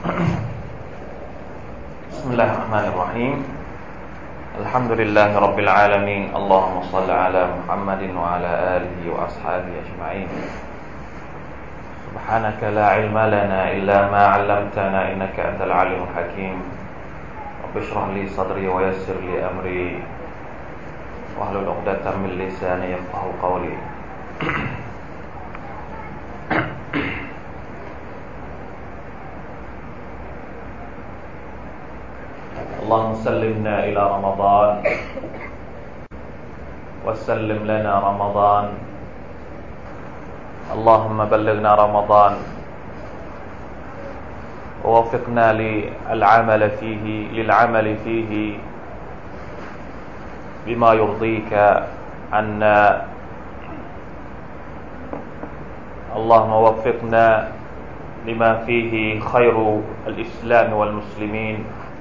بسم الله الرحمن الرحيم الحمد لله رب العالمين اللهم صل على محمد وعلى آله وأصحابه أجمعين سبحانك لا علم لنا إلا ما علمتنا إنك أنت العليم الحكيم رب اشرح لي صدري ويسر لي أمري واحلل عقدة من لساني يفقهوا قولي اللهم سلمنا إلى رمضان وسلم لنا رمضان اللهم بلغنا رمضان ووفقنا للعمل فيه بما يرضيك عنا اللهم وفقنا لما فيه خير الإسلام والمسلمين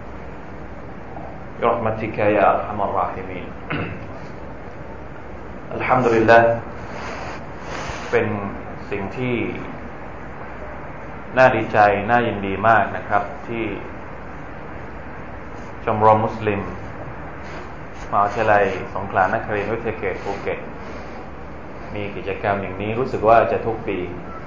برحمتك يا أرحم الراحمين الحمد للهเป็นสิ่งที่น่าดีใจน่ายินดีมากนะครับที่ชมรมมุสลิมมหาวิทยาลัยสงขลานครินทร์วิทยาเขตภูเก็ตมีกิจกรรมอย่างนี้รู้สึกว่าจะทุกปี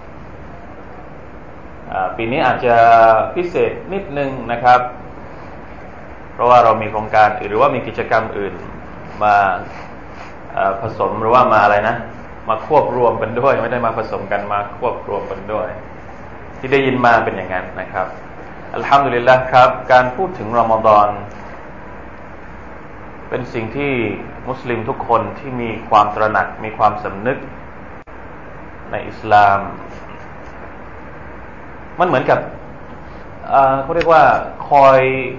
ปีนี้อาจจะพิเศษนิดนึงนะครับเพราะว่าเรามีโครงการหรือว่ามีกิจกรรมอื่นมาผสมหรือว่ามาอะไรนะมาควบรวมกันด้วยไม่ได้มาผสมกันมาควบรวมกันด้วยที่ได้ยินมาเป็นอย่างนั้นนะครับอัลฮัมดุลิลละห์ครับการพูดถึงรอมฎอนเป็นสิ่งที่มุสลิมทุกคนที่มีความตระหนักมีความสำนึกในอิสลามมันเหมือนกับเขาเรียกว่าคอย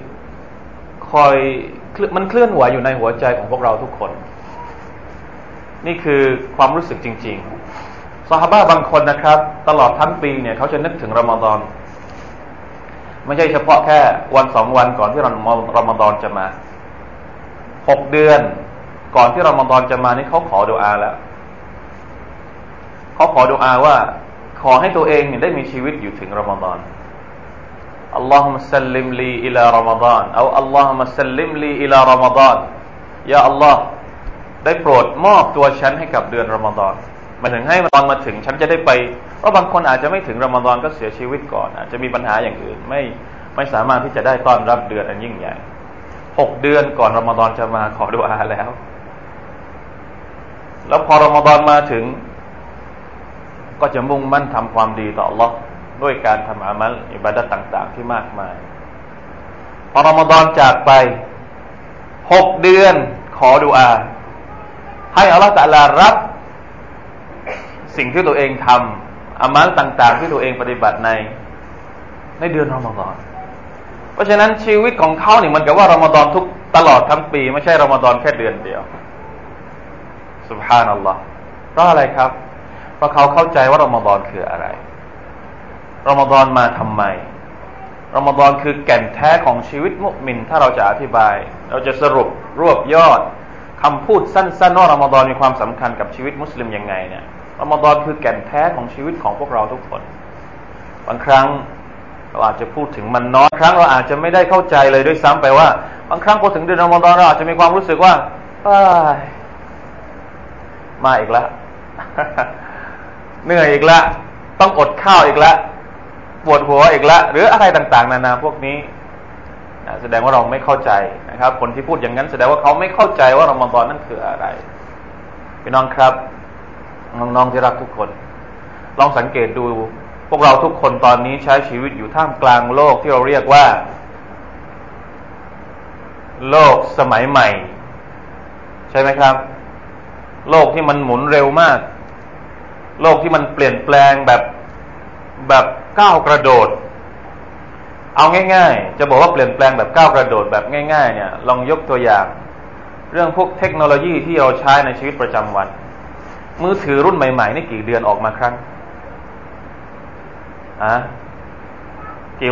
มันเคลื่อนไหวอยู่ในหัวใจของพวกเราทุกคนนี่คือความรู้สึกจริงๆซอฮาบะห์บางคนนะครับตลอดทั้งปีเนี่ยเขาจะนึกถึงรอมฎอนไม่ใช่เฉพาะแค่วัน2วันก่อนที่รอมฎอนจะมา6เดือนก่อนที่รอมฎอนจะมานี่เขาขอดุอาแล้วเขาขอดุอาว่าขอให้ตัวเองเนี่ยได้มีชีวิตอยู่ถึงรอมฎอนอัลลอฮุมะซัลลิมลีอิลารอมฎอนเอาอัลลอฮุมะซัลลิมลีอิลารอมฎอนยาอัลลอฮ์ได้โปรดมอบตัวฉันให้กับเดือนรอมฎอนมาถึงให้รอมฎอนมาถึงฉันจะได้ไปเพราะบางคนอาจจะไม่ถึงรอมฎอนก็เสียชีวิตก่อนอาจจะมีปัญหาอย่างอื่นไม่สามารถที่จะได้ต้อนรับเดือนอันยิ่งใหญ่6เดือนก่อนรอมฎอนจะมาขอดุอาแล้วพอรอมฎอนมาถึงก็จะมุ่งมั่นทำความดีต่ออัลเลาะห์ด้วยการทำอามัลอิบาดะห์ต่างๆที่มากมายพอรอมฎอนจากไป6เดือนขอดุอาให้อัลเลาะห์ตะอาลารับสิ่งที่ตัวเองทำอามัลต่างๆที่ตัวเองปฏิบัติในเดือนรอมฎอนเพราะฉะนั้นชีวิตของเขาเนี่ยมันกับว่ารอมฎอนตลอดทั้งปีไม่ใช่รอมฎอนแค่เดือนเดียวซุบฮานัลลอฮ์เพราะอะไรครับเพราะเขาเข้าใจว่ารอมฎอนคืออะไรรอมฎอนมาทำไมรอมฎอนคือแก่นแท้ของชีวิตมุมินถ้าเราจะอธิบายเราจะสรุปรวบยอดคำพูดสั้นๆว่ารอมฎอนมีความสำคัญกับชีวิตมุสลิมยังไงเนี่ยรอมฎอนคือแก่นแท้ของชีวิตของพวกเราทุกคนบางครั้งเราอาจจะพูดถึงมันน้อยครั้งเราอาจจะไม่ได้เข้าใจเลยด้วยซ้ำไปว่าบางครั้งพอถึงเดือนรอมฎอนเราอาจจะมีความรู้สึกว่ามาอีกแล้ว เหนื่อยอีกแล้วต้องอดข้าวอีกแล้วปวดหัวอีกแล้วหรืออะไรต่างๆนานาพวกนี้แสดงว่าเราไม่เข้าใจนะครับคนที่พูดอย่างนั้นแสดงว่าเขาไม่เข้าใจว่ารอมฎอนนั่นคืออะไรพี่น้องครับน้องๆที่รักทุกคนลองสังเกตดูพวกเราทุกคนตอนนี้ใช้ชีวิตอยู่ท่ามกลางโลกที่เราเรียกว่าโลกสมัยใหม่ใช่ไหมครับโลกที่มันหมุนเร็วมากโลกที่มันเปลี่ยนแปลงแบบก้าวกระโดดเอาง่ายๆจะบอกว่าเปลี่ยนแปลงแบบก้าวกระโดดแบบง่ายๆเนี่ยลองยกตัวอย่างเรื่องพวกเทคโนโลยีที่เราใช้ในชีวิตประจำวันมือถือรุ่นใหม่ๆนี่กี่เดือนออกมาครั้งกี่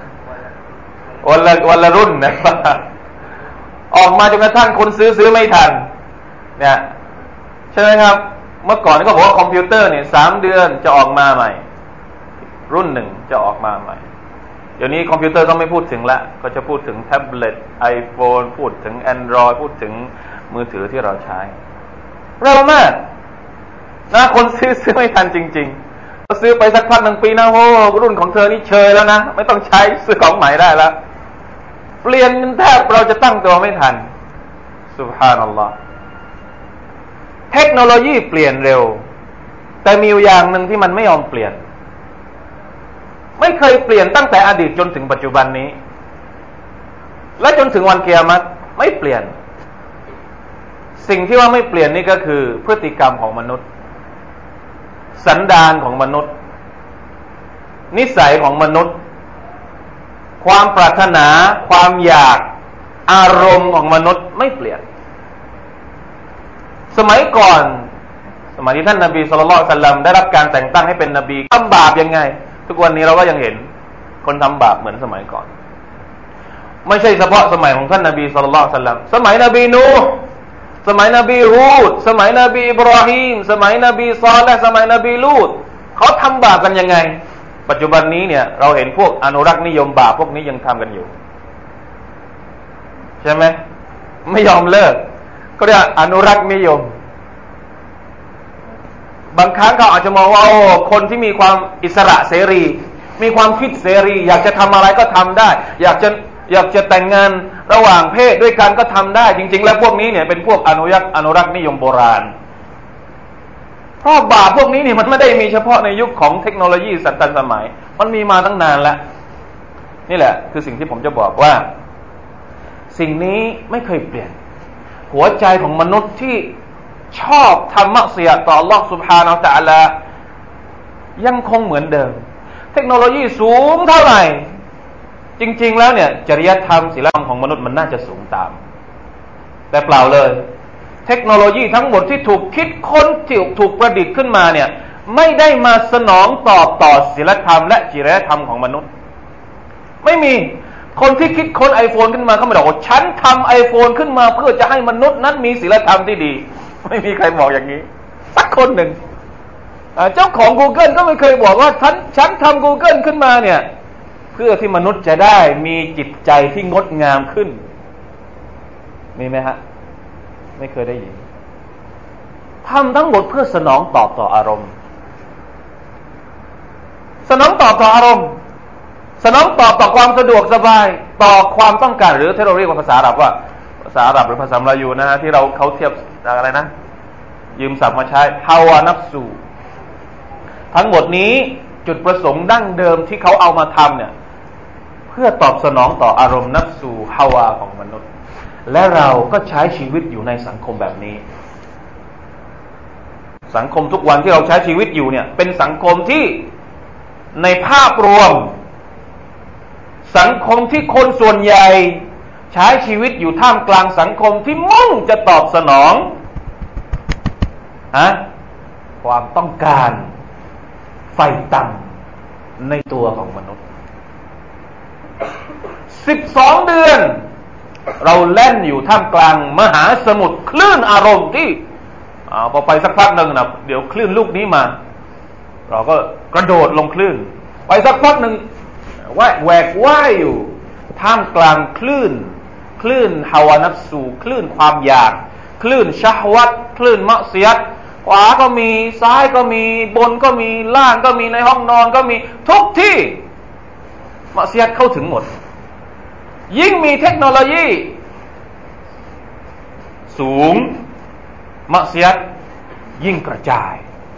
วันละรุ่นนะออกมาจนกระทั่งคนซื้อไม่ทันเนี่ยใช่ไหมครับเมื่อก่อนนี่ก็บอกว่าคอมพิวเตอร์เนี่ย3 เดือนจะออกมาใหม่รุ่นหนึ่งจะออกมาใหม่ดี๋ยวนี้คอมพิวเตอร์ก็ไม่พูดถึงละก็จะพูดถึงแท็บเล็ต iPhone พูดถึง Android พูดถึงมือถือที่เราใช้เร็วมากนะคนซื้อไม่ทันจริงๆก็ซื้อไปสักพักหนึ่งปีนะโอ้รุ่นของเธอนี่เชยแล้วนะไม่ต้องใช้ซื้อของใหม่ได้แล้วเปลี่ยนแทบเราจะตั้งตัวไม่ทันซุบฮานัลลอฮ์เทคโนโลยีเปลี่ยนเร็วแต่มีอยู่อย่างหนึ่งที่มันไม่ยอมเปลี่ยนไม่เคยเปลี่ยนตั้งแต่อดีตจนถึงปัจจุบันนี้และจนถึงวันกิยามะฮ์ไม่เปลี่ยนสิ่งที่ว่าไม่เปลี่ยนนี่ก็คือพฤติกรรมของมนุษย์สันดานของมนุษย์นิสัยของมนุษย์ความปรารถนาความอยากอารมณ์ของมนุษย์ไม่เปลี่ยนสมัยก่อนสมัยที่ท่านนบีศ็อลลัลลอฮุอะลัยฮิวะซัลลัมได้รับการแต่งตั้งให้เป็นนบีทำบาปยังไงทุกวันนี้เราก็ยังเห็นคนทำบาปเหมือนสมัยก่อนไม่ใช่เฉพาะสมัยของท่านนบีศ็อลลัลลอฮุอะลัยฮิวะซัลลัมสมัยนบีนูห์สมัยนบีฮูดสมัยนบีอิบราฮีมสมัยนบีซอลิห์สมัยนบีลูตเขาทำบาปกันยังไงปัจจุบันนี้เนี่ยเราเห็นพวกอนุรักษ์นิยมบาปพวกนี้ยังทำกันอยู่ใช่ไหมไม่ยอมเลิกก็เรียกอนุรักษ์นิยมบางครั้งเขาอาจจะมองว่าโอ้คนที่มีความอิสระเสรีมีความคิดเสรีอยากจะทำอะไรก็ทำได้อยากจะแต่งงานระหว่างเพศด้วยกันก็ทำได้จริงๆแล้วพวกนี้เนี่ยเป็นพวกอนุรักษ์นิยมโบราณเพราะบาปพวกนี้นี่มันไม่ได้มีเฉพาะในยุคของเทคโนโลยีทันสมัยมันมีมาตั้งนานแล้วนี่แหละคือสิ่งที่ผมจะบอกว่าสิ่งนี้ไม่เคยเปลี่ยนหัวใจของมนุษย์ที่ชอบทำมักซิยะห์ต่อ Allah Subhanahu Wa Taala ยังคงเหมือนเดิมเทคโนโลยีสูงเท่าไหร่จริงๆแล้วเนี่ยจริยธรรมศีลธรรมของมนุษย์มันน่าจะสูงตามแต่เปล่าเลยเทคโนโลยีทั้งหมดที่ถูกคิดค้นถูกประดิษฐ์ขึ้นมาเนี่ยไม่ได้มาสนองตอบต่อศีลธรรมและจริยธรรมของมนุษย์ไม่มีคนที่คิดค้น iPhone ขึ้นมาเขาไม่บอกว่าฉันทำ iPhone ขึ้นมาเพื่อจะให้มนุษย์นั้นมีศีลธรรมที่ดีไม่มีใครบอกอย่างนี้สักคนหนึ่งเจ้าของ Google ก็ไม่เคยบอกว่าฉันทำ Google ขึ้นมาเนี่ยเพื่อที่มนุษย์จะได้มีจิตใจที่งดงามขึ้นมีไหมฮะไม่เคยได้ยินทำทั้งหมดเพื่อสนองตอบต่ออารมณ์สนองตอบต่ออารมณ์สนองตอบต่อความสะดวกสบายต่อความต้องการหรือที่เราเรียกว่าภาษาอาหรับว่าภาษาอาหรับหรือภาษามลายูนะฮะที่เขาเทียบอะไรนะยืมศัพท์มาใช้ฮาวานัฟซูทั้งหมดนี้จุดประสงค์ดั้งเดิมที่เขาเอามาทำเนี่ยเพื่อตอบสนองต่ออารมณ์นัฟซูฮาวาของมนุษย์และเราก็ใช้ชีวิตอยู่ในสังคมแบบนี้สังคมทุกวันที่เราใช้ชีวิตอยู่เนี่ยเป็นสังคมที่ในภาพรวมสังคมที่คนส่วนใหญ่ใช้ชีวิตอยู่ท่ามกลางสังคมที่มุ่งจะตอบสนองความต้องการไฟต่ำในตัวของมนุษย์12 เดือนเราเล่นอยู่ท่ามกลางมหาสมุทรคลื่นอารมณ์ที่พอไปสักพักหนึ่งนะเดี๋ยวคลื่นลูกนี้มาเราก็กระโดดลงคลื่นไปสักพักหนึ่งแหวกว่ายอยู่ท่ามกลางคลื่นฮาวานัฟซูคลื่นความอยากคลื่นชะฮวัตคลื่นมะซิยะห์ขวาก็มีซ้ายก็มีบนก็มีล่างก็มีในห้องนอนก็มีทุกที่มะซิยะห์เข้าถึงหมดยิ่งมีเทคโนโลยีสูงมะซิยะห์ยิ่งกระจาย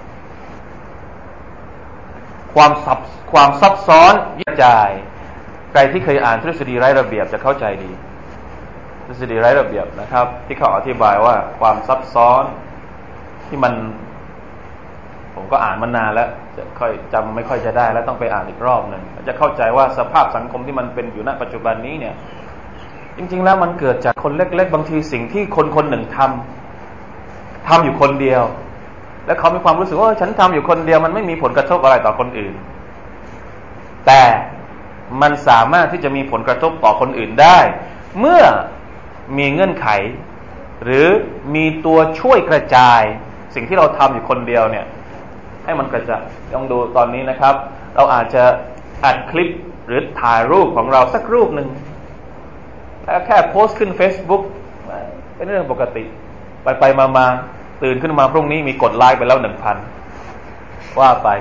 ความซับซ้อนกระจายใครที่เคยอ่านทฤษฎีไร้ระเบียบจะเข้าใจดีทฤษฎีไร้ระเบียบนะครับที่เขาอธิบายว่าความซับซ้อนที่มันผมก็อ่านมานานแล้วจะค่อยจำไม่ค่อยจะได้แล้วต้องไปอ่านอีกรอบนึงจะเข้าใจว่าสภาพสังคมที่มันเป็นอยู่ณปัจจุบันนี้เนี่ยจริงๆแล้วมันเกิดจากคนเล็กๆบางทีสิ่งที่คนหนึ่งทำอยู่คนเดียวแล้วเขามีความรู้สึกว่าฉันทำอยู่คนเดียวมันไม่มีผลกระทบอะไรต่อคนอื่นแต่มันสามารถที่จะมีผลกระทบต่อคนอื่นได้เมื่อมีเงื่อนไขหรือมีตัวช่วยกระจายสิ่งที่เราทำอยู่คนเดียวเนี่ยให้มันกระจายลองดูตอนนี้นะครับเราอาจจะอัดคลิปหรือถ่ายรูปของเราสักรูปหนึ่งแล้วแค่โพสต์ขึ้น Facebook เป็นเรื่องปกติไปมาตื่นขึ้นมาพรุ่งนี้มีกดไลค์ไปแล้ว 1,000 ว่าไป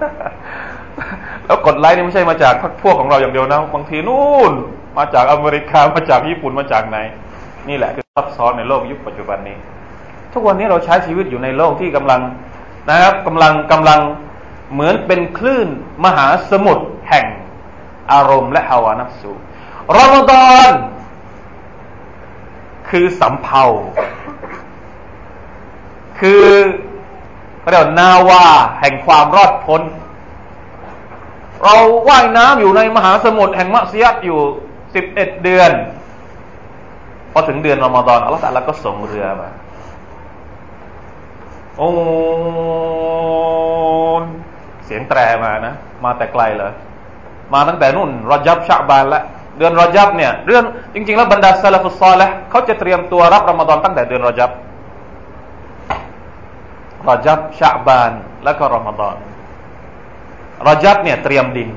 แล้วกดไลค์นี่ไม่ใช่มาจากพวกของเราอย่างเดียวนะบางทีนู่นมาจากอเมริกามาจากญี่ปุ่นมาจากไหนนี่แหละคือซับซ้อนในโลกยุคปัจจุบันนี้ทุกวันนี้เราใช้ชีวิตอยู่ในโลกที่กำลังนะครับกำลังเหมือนเป็นคลื่นมหาสมุทรแห่งอารมณ์และฮาวานัฟซูรอมฎอนคือสำเภาคือเรียกว่านาวาแห่งความรอดพ้นเราว่ายน้ำอยู่ในมหาสมุทรแห่งมัสยิดอยู่11 เดือนพอถึงเดือนรอมฎอนอัลเลาะห์ตะอาลาก็ส่งเรือมาโอ้เสียงแตรมานะมาแต่ไกลเลยมาตั้งแต่นู่นรอญับชะบานละเดือนรอญับเนี่ยเรื่องจริงๆแล้วบรรดาซะละฟุศศอลิห์เขาจะเตรียมตัวรับรอมฎอนตั้งแต่เดือนรอญับชะบานแล้วก็รอมฎอนรอญับเนี่ยเตรียมดิน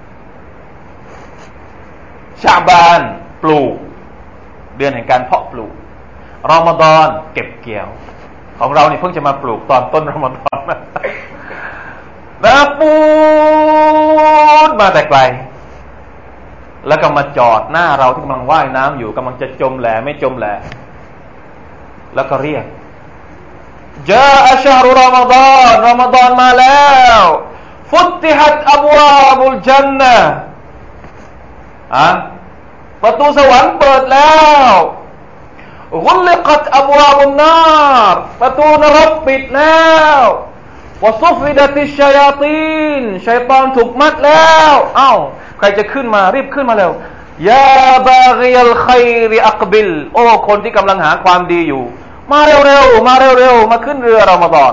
ชะบานปลูกเดือนแห่งการเพาะปลูกรอมฎอนเก็บเกี่ยวของเราเนี่ยเพิ่งจะมาปลูกตอนต้นรอมฎอนนะปูดมาแต่ไกลแล้วก็มาจอดหน้าเราที่กำลังว่ายน้ำอยู่กำลังจะจมแหล่ไม่จมแหล่แล้วก็เรียกจาอะชะฮรุรอมฎอนรอมฎอนมาแล้วฟุติฮัตอับวาบุลญันนะห์ประตูสวรรค์เปิดแล้วกุลิกัตอับวาบุนนารประตูนรกปิดแล้ววะซุฟิดัติชชัยาตีนชัยฏอนถูกมัดแล้วใครจะขึ้นมารีบขึ้นมาแล้วยาบากิยัลค็อยรอักบิลโอ้คนที่กำลังหาความดีอยู่มาเร็วๆมาขึ้นเรือรอมฎอน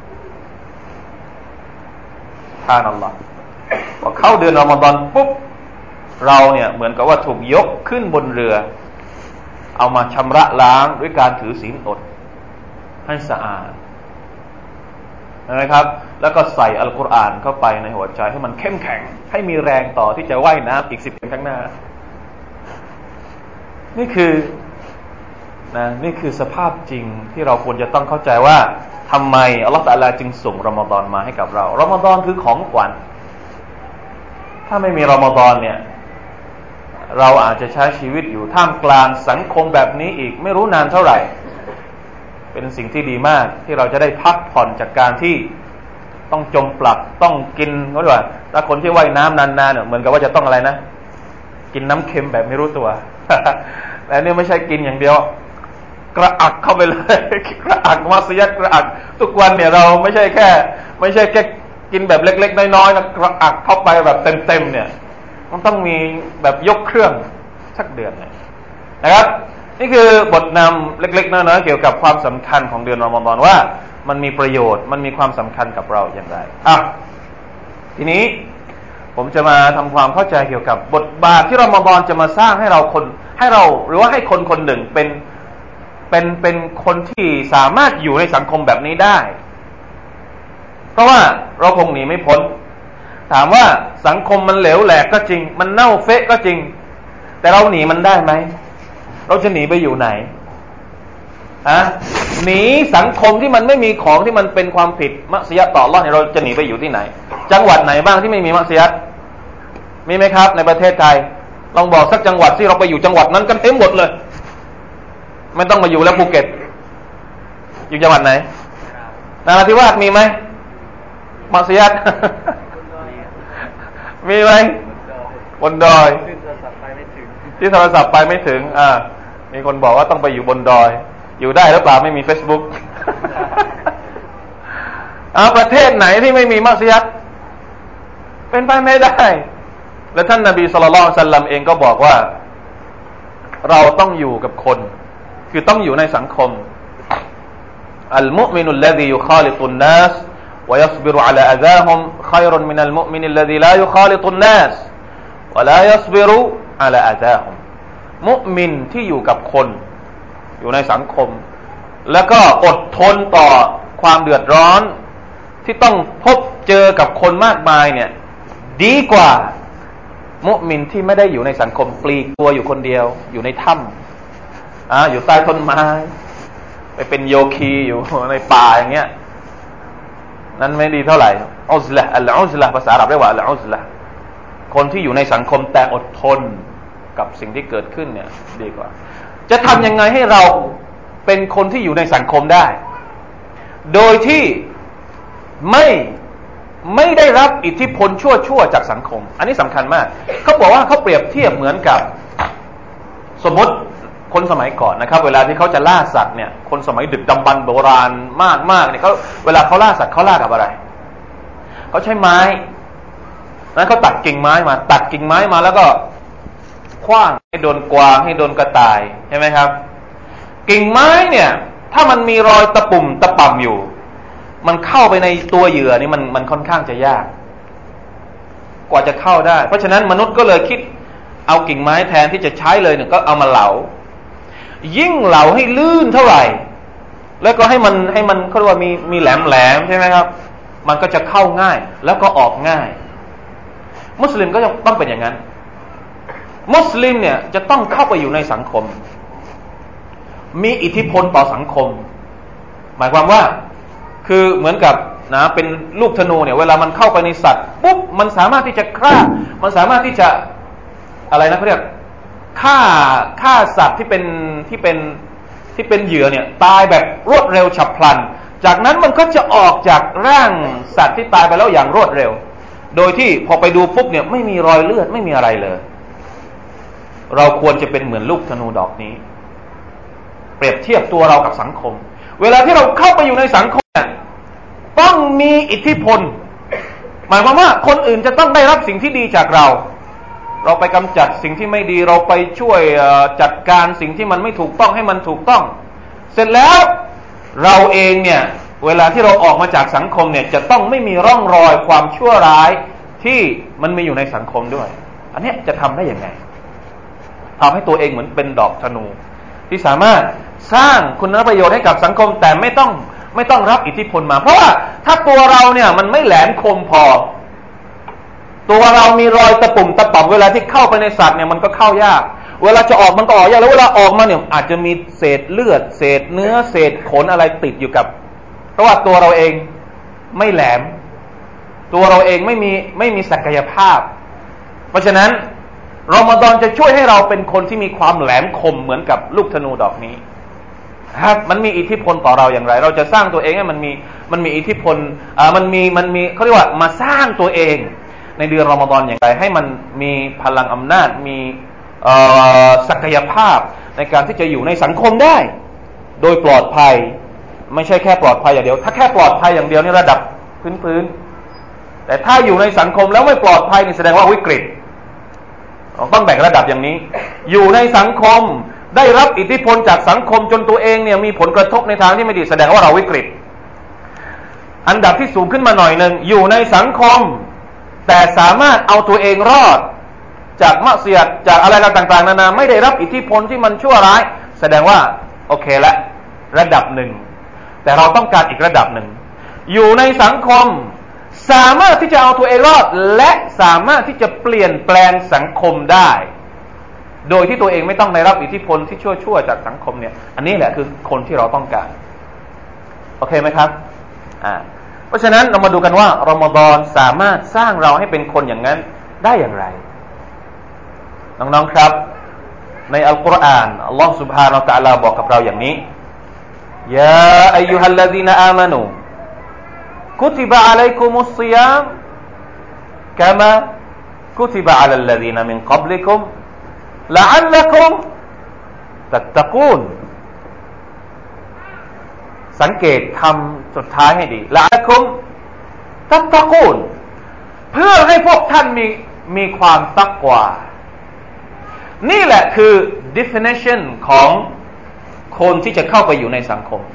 ซุบฮานัลลอฮ์พอเข้าเดือนรอมฎอนปุ๊บเราเนี่ยเหมือนกับว่าถูกยกขึ้นบนเรือเอามาชำระล้างด้วยการถือศีลอดให้สะอาดนะครับแล้วก็ใส่อัลกุรอานเข้าไปในหัวใจให้มันเข้มแข็งให้มีแรงต่อที่จะว่ายน้ำอีก10 ปีข้างหน้านี่คือสภาพจริงที่เราควรจะต้องเข้าใจว่าทำไมอัลลอฮฺตะอาลาจึงส่งรอมฎอนมาให้กับเรารอมฎอนคือของขวัญถ้าไม่มีรอมฎอนเนี่ยเราอาจจะใช้ชีวิตอยู่ท่ามกลางสังคมแบบนี้อีกไม่รู้นานเท่าไหร่เป็นสิ่งที่ดีมากที่เราจะได้พักผ่อนจากการที่ต้องจมปลักต้องกินเขาเรียกว่าถ้าคนที่ว่ายน้ำนานๆเนี่ยเหมือนกับว่าจะต้องอะไรนะกินน้ำเค็มแบบไม่รู้ตัว แต่นี่ไม่ใช่กินอย่างเดียวกระอักเข้าไปเลย กระอักมัสยิดกระอักทุกวันเนี่ยเราไม่ใช่แค่กินแบบเล็กๆน้อยๆนะกระอักเข้าไปแบบเต็มๆเนี่ยมันต้องมีแบบยกเครื่องสักเดือนนะครับนี่คือบทนำเล็กๆน้อยๆเกี่ยวกับความสำคัญของเดือนรอมฎอนว่ามันมีประโยชน์มันมีความสำคัญกับเราอย่างไรทีนี้ผมจะมาทำความเข้าใจเกี่ยวกับบทบาทที่รอมฎอนจะมาสร้างให้เราหรือว่าให้คนหนึ่งเป็นคนที่สามารถอยู่ในสังคมแบบนี้ได้เพราะว่าเราคงหนีไม่พ้นถามว่าสังคมมันเหลวแหลกก็จริงมันเน่าเฟะก็จริงแต่เราหนีมันได้ไหมเราจะหนีไปอยู่ไหนหนีสังคมที่มันไม่มีของที่มันเป็นความผิดมักซิยะห์ต่ออัลเลาะห์เนี่ยเราจะหนีไปอยู่ที่ไหนจังหวัดไหนบ้างที่ไม่มีมักซิยะห์มีไหมครับในประเทศไทยลองบอกสักจังหวัดที่เราไปอยู่จังหวัดนั้นกันเต็มหมดเลยไม่ต้องมาอยู่แล้วภูเก็ตอยู่จังหวัดไหนนราธิวาสมีไหมมักซิยะห์ มีไหมบนดอยที่โทรศัพท์ไปไม่ถึงมีคนบอกว่าต้องไปอยู่บนดอยอยู่ได้หรือเปล่าไม่มี Facebook ประเทศไหนที่ไม่มีมัสยิดเป็นไปไม่ได้และท่านนบีศ็อลลัลลอฮุอะลัยฮิวะซัลลัมเองก็บอกว่าเราต้องอยู่กับคนคือต้องอยู่ในสังคมอัลมุมินุลลซียุคาลิตุนนัสวะยัศบิรุอะลาอะซาฮุมค็อยรุนมินัลมุมินิลลซีลายุคาลิตุนนัสวะลายัศบิรุอะลาอะซาฮุมมุมินที่อยู่กับคนอยู่ในสังคมแล้วก็อดทนต่อความเดือดร้อนที่ต้องพบเจอกับคนมากมายเนี่ยดีกว่ามุมินที่ไม่ได้อยู่ในสังคมปลีกตัวอยู่คนเดียวอยู่ในถ้ำอยู่ใต้ต้นไม้ไปเป็นโยคีอยู่ในป่าอย่างเงี้ยนั้นไม่ดีเท่าไหร่อุซละอัลอุซละภาษาอาหรับเรียกว่าอัลอุซละคนที่อยู่ในสังคมแต่อดทนกับสิ่งที่เกิดขึ้นเนี่ยดีกว่าจะทำยังไงให้เราเป็นคนที่อยู่ในสังคมได้โดยที่ไม่ได้รับอิทธิพลชั่วจากสังคมอันนี้สำคัญมากเขาบอกว่าเขาเปรียบเทียบเหมือนกับสมมติคนสมัยก่อนนะครับเวลาที่เขาจะล่าสัตว์เนี่ยคนสมัยดึกดำบรรพ์โบราณมากเนี่ยเขาเวลาเขาล่าสัตว์เขาล่ากับอะไรเขาใช้ไม้นั้นเขาตัดกิ่งไม้มาแล้วก็ขว้างให้โดนกวางให้โดนกระต่ายใช่ไหมครับกิ่งไม้เนี่ยถ้ามันมีรอยตะปุ่มตะป่ำอยู่มันเข้าไปในตัวเหยื่อนี่มันค่อนข้างจะยากกว่าจะเข้าได้เพราะฉะนั้นมนุษย์ก็เลยคิดเอากิ่งไม้แทนที่จะใช้เลยเนี่ยก็เอามาเหลายิ่งเหลาให้ลื่นเท่าไหร่แล้วก็ให้มันเขาเรียกว่ามีแหลมใช่ไหมครับมันก็จะเข้าง่ายแล้วก็ออกง่ายมุสลิมก็ต้องเป็นอย่างนั้นมุสลิมเนี่ยจะต้องเข้าไปอยู่ในสังคมมีอิทธิพลต่อสังคมหมายความว่าคือเหมือนกับเป็นลูกธนูเนี่ยเวลามันเข้าไปในสัตว์ปุ๊บมันสามารถที่จะฆ่ามันสามารถที่จะอะไรนะเขาเรียกฆ่าสัตว์ที่เป็นเหยื่อเนี่ยตายแบบรวดเร็วฉับพลันจากนั้นมันก็จะออกจากร่างสัตว์ที่ตายไปแล้วอย่างรวดเร็วโดยที่พอไปดูปุ๊บเนี่ยไม่มีรอยเลือดไม่มีอะไรเลยเราควรจะเป็นเหมือนลูกธนูดอกนี้เปรียบเทียบตัวเรากับสังคมเวลาที่เราเข้าไปอยู่ในสังคมเนี่ยต้องมีอิทธิพลหมายความว่าคนอื่นจะต้องได้รับสิ่งที่ดีจากเราไปกำจัดสิ่งที่ไม่ดีเราไปช่วยจัดการสิ่งที่มันไม่ถูกต้องให้มันถูกต้องเสร็จแล้วเราเองเนี่ยเวลาที่เราออกมาจากสังคมเนี่ยจะต้องไม่มีร่องรอยความชั่วร้ายที่มันมีอยู่ในสังคมด้วยอันนี้จะทำได้ยังไงทำให้ตัวเองเหมือนเป็นดอกธนูที่สามารถสร้างคุณประโยชน์ให้กับสังคมแต่ไม่ต้องรับอิทธิพลมาเพราะว่าถ้าตัวเราเนี่ยมันไม่แหลมคมพอตัวเรามีรอยตะปุ่มตะป่ำเวลาที่เข้าไปในสัตว์เนี่ยมันก็เข้ายากเวลาจะออกมันก็ออกยากแล้วเวลาออกมาเนี่ยอาจจะมีเศษเลือดเศษเนื้อเศษขนอะไรติดอยู่กับเพราะว่าตัวเราเองไม่แหลมตัวเราเองไม่มีศักยภาพเพราะฉะนั้นรอมฎอนจะช่วยให้เราเป็นคนที่มีความแหลมคมเหมือนกับลูกธนูดอกนี้ครับมันมีอิทธิพลต่อเราอย่างไรเราจะสร้างตัวเองให้มันมีอิทธิพลมันมีเขาเรียกว่ามาสร้างตัวเองในเดือนรอมฎอนอย่างไรให้มันมีพลังอำนาจมีศักยภาพในการที่จะอยู่ในสังคมได้โดยปลอดภัยไม่ใช่แค่ปลอดภัยอย่างเดียวถ้าแค่ปลอดภัยอย่างเดียวนี่ระดับพื้นแต่ถ้าอยู่ในสังคมแล้วไม่ปลอดภัยนี่แสดงว่าวิกฤตต้องแบ่งระดับอย่างนี้อยู่ในสังคมได้รับอิทธิพลจากสังคมจนตัวเองเนี่ยมีผลกระทบในทางที่ไม่ดีแสดงว่าเราวิกฤตอันดับที่สูงขึ้นมาหน่อยนึงอยู่ในสังคมแต่สามารถเอาตัวเองรอดจากมักเสียดจากอะไรต่างๆนานาไม่ได้รับอิทธิพลที่มันชั่วร้ายแสดงว่าโอเคละระดับหนึ่งแต่เราต้องการอีกระดับหนึ่งอยู่ในสังคมสามารถที่จะเอาตัวเองรอดและสามารถที่จะเปลี่ยนแปลงสังคมได้โดยที่ตัวเองไม่ต้องได้รับอิทธิพลที่ชั่วจากสังคมเนี่ยอันนี้แหละคือคนที่เราต้องการโอเคไหมครับเพราะฉะนั้นเรามาดูกันว่ารอมฎอนสามารถสร้างเราให้เป็นคนอย่างนั้นได้อย่างไรน้องๆครับในอัลกุรอานอัลลอฮฺ سبحانه และ تعالى บอกกับเราอย่างนี้ยาอัยยูฮัลลซีนาอามานูกุติบะอะลัยกุมุศศิยามกะมากุติบะอะลัลลซีนามินกับลิกุมละอัลลักุมตัตตะกูนสังเกตคำสุดท้ายให้ดีละอัลลักุมตัตตะกูนเพื่อให้พวกท่านมีความตักวานี่แหละคือ definition ของคนที่จะเข้าไปอยู่ในสังคม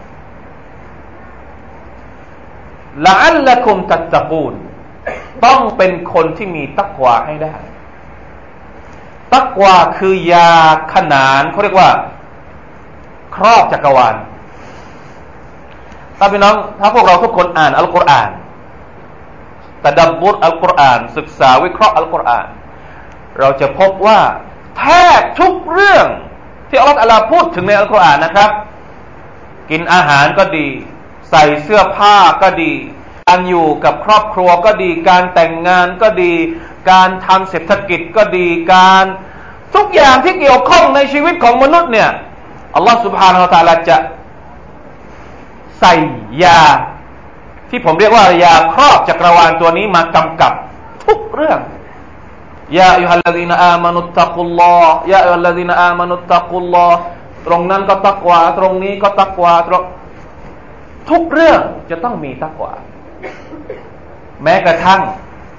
ละอัลลักุมตัตตะกูนต้องเป็นคนที่มีตักวาให้ได้ตักวาคือยาขนานเขาเรียกว่าครอบจักรวาลถ้าพี่น้องถ้าพวกเราทุกคนอ่านอัลกุรอานตะดับบุรอัลกุรอานศึกษาวิเคราะห์อัลกุรอานเราจะพบว่าแทบทุกเรื่องที่อัลลอฮฺตะอาลาพูดถึงในอัลกุรอานนะครับกินอาหารก็ดีใส่เสื้อผ้าก็ดีการอยู่กับครอบครัวก็ดีการแต่งงานก็ดีการทำเศรษฐกิจก็ดีการทุกอย่างที่เกี่ยวข้องในชีวิตของมนุษย์เนี่ยอัลลอฮฺซุบฮานะฮูวะตะอาลาจะใส่ยาที่ผมเรียกว่ายาครอบจักรวาลตัวนี้มากำกับทุกเรื่องยาอัยยูฮัลลซีนอามานุตตะกุลลอฮ์ยาอัยยูฮัลลซีนอามานุตตะกุลลอฮ์ตรงนั้นก็ตักวาตรงนี้ก็ตักวาทุกเรื่องจะต้องมีตักวาแม้กระทั่ง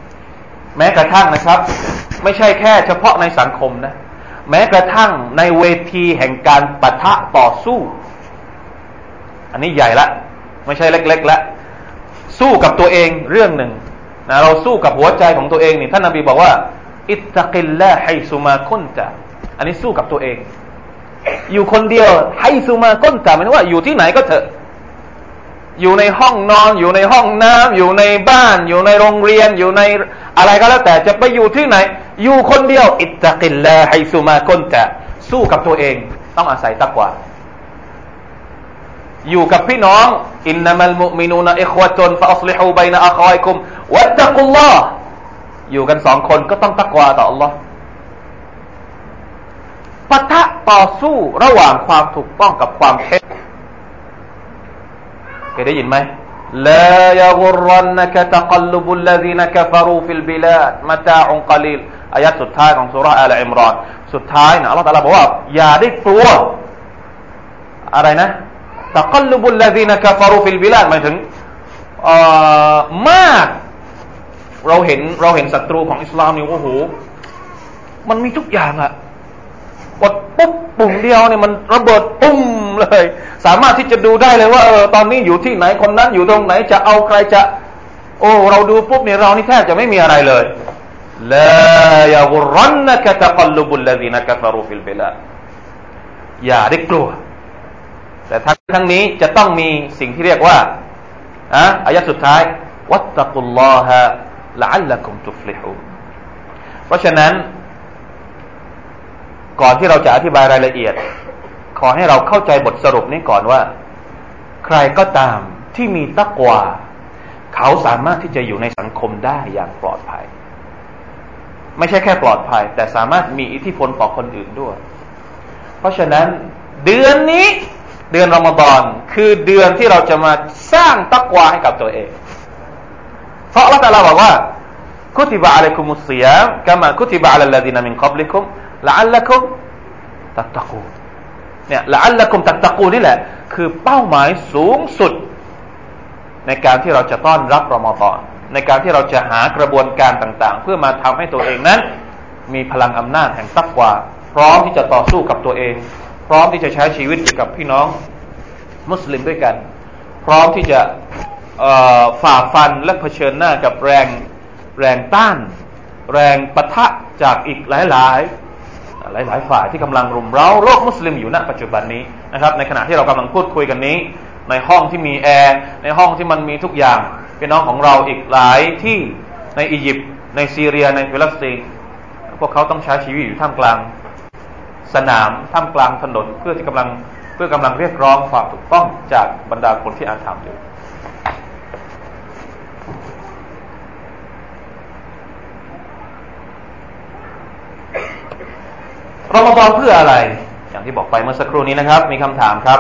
นะครับไม่ใช่แค่เฉพาะในสังคมนะแม้กระทั่งในเวทีแห่งการปะทะต่อสู้อันนี้ใหญ่ละไม่ใช่เล็กๆละสู้กับตัวเองเรื่องหนึ่งนะเราสู้กับหัวใจของตัวเองนี่ท่านนบีบอกว่าอิตตักิลลาฮิซุมาคุนตะอันนี้สู้กับตัวเองอยู่คนเดียวฮิซุมาคุนตะหมายถึงว่าอยู่ที่ไหนก็เถอะอยู่ในห้องนอนอยู่ในห้องน้ำอยู่ในบ้านอยู่ในโรงเรียนอยู่ในอะไรก็แล้วแต่จะไปอยู่ที่ไหนอยู่คนเดียวอิตตักิลลาฮิซุมาคุนตะสู้กับตัวเองต้องอาศัยตักวาอยู่กับพี่น้องอินนัมัลมุมินูนอิควะตุนฟะอัศลิฮูบัยนะอะคอยกุมวัตตะกุลลอฮ์อยู่กันสองคนก็ต้องตักวาต่ออัลลอฮ์ปะทะต่อสู้ระหว่างความถูกต้องกับความเท็จเคยได้ยินไหมลายะกุรันนะกะตะกัลลุบุลลซีนกะฟะรูฟิลบิลาดมะตาอุนกะลีลอายะห์สุดท้ายของซูเราะห์อาลอิมรอนสุดท้ายนะอัลเลาะห์ตะอาลาบอกว่าอย่าได้กลัวอะไรนะตะกัลลุบุลลซีนกะฟะรูฟิลบิลาดหมายถึงมากเราเห็นศัตรูของอิสลามนี่โอ้โหมันมีทุกอย่างอะกดปุ๊บปุ่มเดียวเนี่ยมันระเบิดปุ้มเลยสามารถที่จะดูได้เลยว่าตอนนี้อยู่ที่ไหนคนนั้นอยู่ตรงไหนจะเอาใครจะโอ้เราดูปุ๊บเนี่ยเรานี่แทบจะไม่มีอะไรเลยลายะกุรันนะกะตะกัลลุบุลลซีนกะฟะรูฟิลบิลาดอย่าได้กลัวแต่ทั้งนี้จะต้องมีสิ่งที่เรียกว่าอายะสุดท้ายวัตตะกุลลอฮะละอัลละกุมตุฟลิฮูนเพราะฉะนั้นก่อนที่เราจะอธิบายรายละเอียดขอให้เราเข้าใจบทสรุปนี้ก่อนว่าใครก็ตามที่มีตักวาเขาสามารถที่จะอยู่ในสังคมได้อย่างปลอดภัยไม่ใช่แค่ปลอดภัยแต่สามารถมีอิทธิพลต่อคนอื่นด้วยเพราะฉะนั้นเดือนนี้เดือนรอมฎอนคือเดือนที่เราจะมาสร้างตักวาให้กับตัวเองเพราะอัลเลาะห์ตะอาลาบอกว่ากุติบะอะลัยกุมุสซิยามกะมากุติบะอะลัลลซีนมินกับลิกุมละอัลละกุมตัตตะกูนเนี่ยละอัลละกุมตัตตะกูนนี่แหละคือเป้าหมายสูงสุดในการที่เราจะต้อนรับรอมฎอนในการที่เราจะหากระบวนการต่างๆเพื่อมาทำให้ตัวเองนั้นมีพลังอำนาจแห่งตักวาพร้อมที่จะต่อสู้กับตัวเองพร้อมที่จะใช้ชีวิตกับพี่น้องมุสลิมด้วยกันพร้อมที่จะฝ่าฟันและเผชิญหน้ากับแรงต้านแรงปะทะจากอีกหลายฝ่ายที่กำลังรุมเร้าโลกมุสลิมอยู่ณปัจจุบันนี้นะครับในขณะที่เรากำลังพูดคุยกันนี้ในห้องที่มีแอร์ในห้องที่มันมีทุกอย่างพี่น้องของเราอีกหลายที่ในอียิปต์ในซีเรียในฟิลิปปินส์พวกเขาต้องใช้ชีวิตอยู่ท่ามกลางสนามท่ามกลางถนนเพื่อกำลังเรียกร้องความถูกต้องจากบรรดาคนที่อาธรรมอยู่รอมฎอนเพื่ออะไรอย่างที่บอกไปเมื่อสักครู่นี้นะครับมีคำถามครับ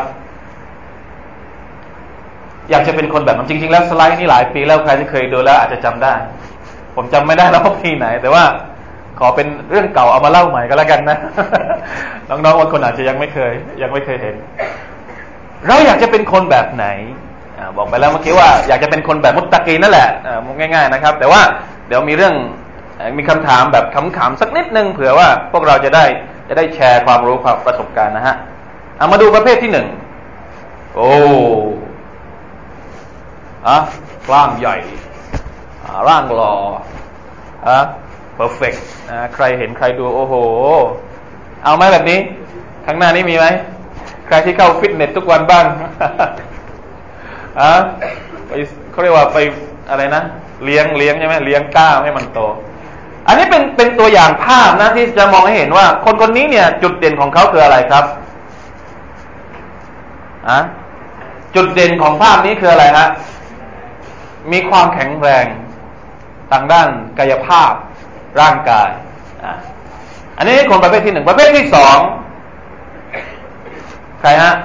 อยากจะเป็นคนแบบนั้นจริงๆแล้วสไลด์นี้หลายปีแล้วใครที่เคยดูแล้วอาจจะจำได้ผมจำไม่ได้แล้วว่าปีไหนแต่ว่าขอเป็นเรื่องเก่าเอามาเล่าใหม่ก็แล้วกันนะ น้องๆบางคนอาจจะยังไม่เคยเห็นเราอยากจะเป็นคนแบบไหนบอกไปแล้วเมื่อกี้ว่าอยากจะเป็นคนแบบมุตตะกีนั่นแหละง่ายๆนะครับแต่ว่าเดี๋ยวมีคำถามแบบขำๆสักนิดนึงเผื่อว่าพวกเราจะได้แชร์ความรู้ความประสบการณ์นะฮะมาดูประเภทที่หนึ่งโอ้กล้ามใหญ่ร่างหล่อเพอร์เฟกต์ใครเห็นใครดูโอ้โหเอาไหมแบบนี้ข้างหน้านี้มีไหมใครที่เข้าฟิตเนสทุกวันบ้างไปเขาเรียกว่าไปอะไรนะเลี้ยงใช่ไหมเลี้ยงกล้ามให้มันโตอันนี้เป็นตัวอย่างภาพนะที่จะมองให้เห็นว่าคนคนนี้เนี่ยจุดเด่นของเขาคืออะไรครับจุดเด่นของภาพนี้คืออะไรฮะมีความแข็งแรงทางด้านกายภาพร่างกายอันนี้คนประเภทที่หนึ่งประเภทที่สองใครฮะ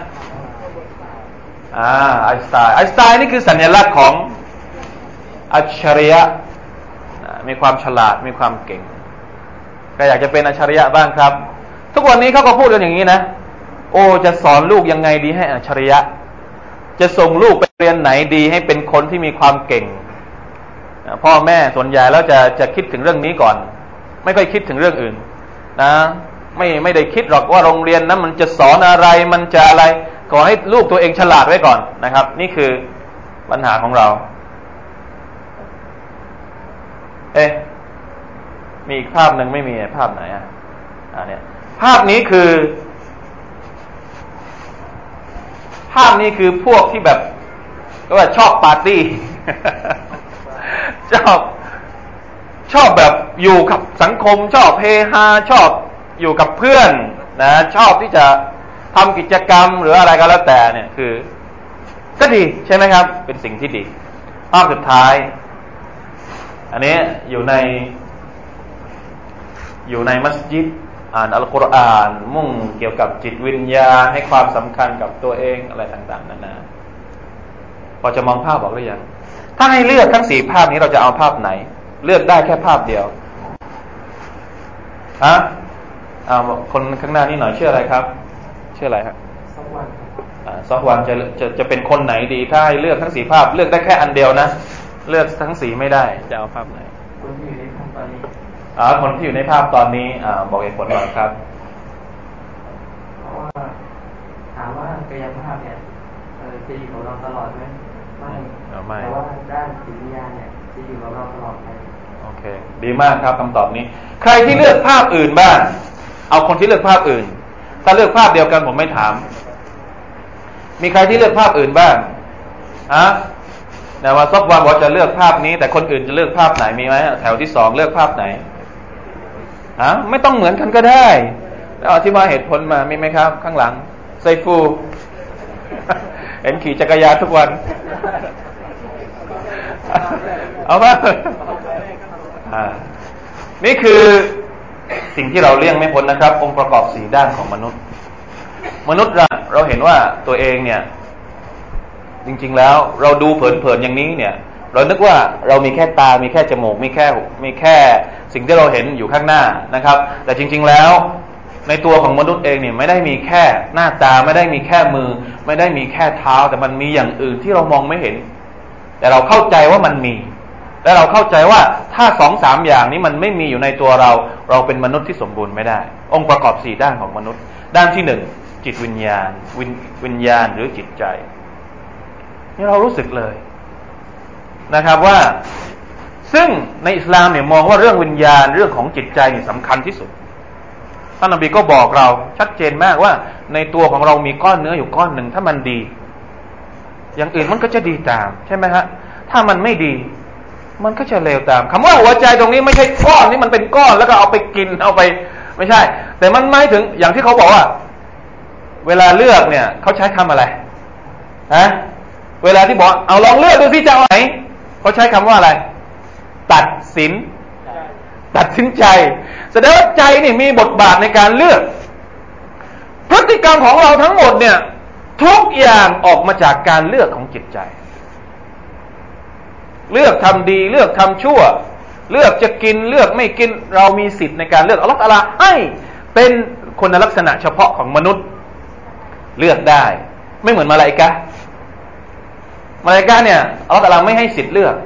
ไอน์สไตน์นี่คือสัญลักษณ์ของอัจฉริยะมีความฉลาดมีความเก่งใครอยากจะเป็นอัจฉริยะบ้างครับทุกวันนี้เขาก็พูดกันอย่างนี้นะโอ้จะสอนลูกยังไงดีให้อัจฉริยะจะส่งลูกไปเรียนไหนดีให้เป็นคนที่มีความเก่งพ่อแม่ส่วนใหญ่แล้วจะคิดถึงเรื่องนี้ก่อนไม่ค่อยคิดถึงเรื่องอื่นนะไม่ได้คิดหรอกว่าโรงเรียนนั้นมันจะสอนอะไรมันจะอะไรขอให้ลูกตัวเองฉลาดไว้ก่อนนะครับนี่คือปัญหาของเรามีอีกภาพหนึ่งไม่มีภาพไหนเนี่ยภาพนี้คือพวกที่แบบก็ว่าชอบปาร์ตี้ ชอบแบบอยู่กับสังคมชอบเฮฮาชอบอยู่กับเพื่อนนะชอบที่จะทำกิจกรรมหรืออะไรก็แล้วแต่เนี่ยคือก็ดีใช่ไหมครับเป็นสิ่งที่ดีภาพสุดท้ายอันนี้อยู่ในมัสยิดอ่านอัลกุรอานมุ่งเกี่ยวกับจิตวิญญาณให้ความสำคัญกับตัวเองอะไรต่างๆนานาพอจะมองภาพบอกหรือยังถ้าให้เลือกทั้ง4ภาพนี้เราจะเอาภาพไหนเลือกได้แค่ภาพเดียวคนข้างหน้านี่หน่อยชื่ออะไรครับชื่ออะไรครับซอฟวันจะเป็นคนไหนดีถ้าให้เลือกทั้ง4ภาพเลือกได้แค่อันเดียวนะเลือกทั้ง4ไม่ได้จะเอาภาพไหนคนที่อยู่ในภาพตอนนี้คนที่อยู่ในภาพตอนนี้บอกเหตุผลหน่อยครับเพราะว่าถามว่ากายภาพเนี่ยจะอยู่กับเราตลอดไหมไม่แต่ว่าด้านจิตวิญญาณเนี่ยจะอยู่กับเราตลอดไปโอเคดีมากครับคำตอบนี้ใครที่เลือกภาพอื่นบ้างเอาคนที่เลือกภาพอื่นถ้าเลือกภาพเดียวกันผมไม่ถามมีใครที่เลือกภาพอื่นบ้างแต่ว่าซอฟวันบอกจะเลือกภาพนี้แต่คนอื่นจะเลือกภาพไหนมีไหมแถวที่2เลือกภาพไหนไม่ต้องเหมือนกันก็ได้แล้วอธิบายเหตุผลมามีไหมครับข้างหลังไซฟูเห็นขี่จักรยานทุกวันเอาป่ะนี่คือสิ่งที่เราเลี่ยงไม่พ้นนะครับองค์ประกอบ4ด้านของมนุษย์เราเห็นว่าตัวเองเนี่ยจริงๆแล้วเราดูเผินๆอย่างนี้เนี่ยเรานึกว่าเรามีแค่ตามีแค่จมูกมีแค่สิ่งที่เราเห็นอยู่ข้างหน้านะครับแต่จริงๆแล้วในตัวของมนุษย์เองเนี่ยไม่ได้มีแค่หน้าตาไม่ได้มีแค่มือไม่ได้มีแค่เท้าแต่มันมีอย่างอื่นที่เรามองไม่เห็นแต่เราเข้าใจว่ามันมีและเราเข้าใจว่าถ้า 2-3 อย่างนี้มันไม่มีอยู่ในตัวเราเป็นมนุษย์ที่สมบูรณ์ไม่ได้องค์ประกอบ4ด้านของมนุษย์ด้านที่1จิตวิญญาณวิญญาณหรือจิตใจนี่เรารู้สึกเลยนะครับว่าซึ่งในอิสลามเนี่ยมองว่าเรื่องวิญญาณเรื่องของจิตใจนี่สำคัญที่สุดท่านนบีก็บอกเราชัดเจนมากว่าในตัวของเรามีก้อนเนื้ออยู่ก้อนหนึ่งถ้ามันดีอย่างอื่นมันก็จะดีตามใช่ไหมฮะถ้ามันไม่ดีมันก็จะเลวตามคำว่าหัวใจตรงนี้ไม่ใช่ก้อนนี่มันเป็นก้อนแล้วก็เอาไปกินเอาไปไม่ใช่แต่มันหมายถึงอย่างที่เขาบอกว่าเวลาเลือกเนี่ยเขาใช้คำอะไรเวลาที่บอกเอาลองเลือกดูสิจะเอาไหนเขาใช้คำว่าอะไรตัดสินใจแสดงว่าใจนี่มีบทบาทในการเลือกพฤติกรรมของเราทั้งหมดเนี่ยทุกอย่างออกมาจากการเลือกของจิตใจเลือกทำดีเลือกทำชั่วเลือกจะกินเลือกไม่กินเรามีสิทธิ์ในการเลือกอัลเลาะห์ตะอาลาให้เป็นคุณลักษณะเฉพาะของมนุษย์เลือกได้ไม่เหมือนมลาอิกะห์เนี่ยอัลเลาะห์ตะอาลาไม่ให้สิทธิ์เลือก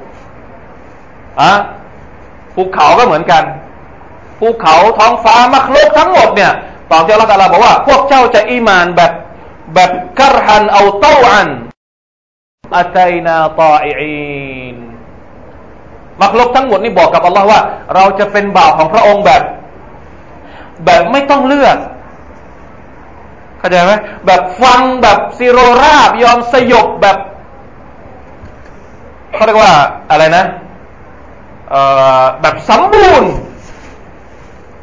ภูเขาก็เหมือนกันภูเขาท้องฟ้ามักลุกทั้งหมดเนี่ยตอนที่อัลเลาะห์ตะอาลาบอกว่าพวกเจ้าจะอีหม่านแบบกัรฮันเอาเตาอันอัตัยนาตาอีนมักลุกทั้งหมดนี่บอกกับอัลเลาะห์ว่าเราจะเป็นบ่าวของพระองค์แบบไม่ต้องเลือกเข้าใจไหมแบบฟังแบบซิโรราบยอมสยบแบบเขาเรียกว่าอะไรนะแบบสมบูรณ์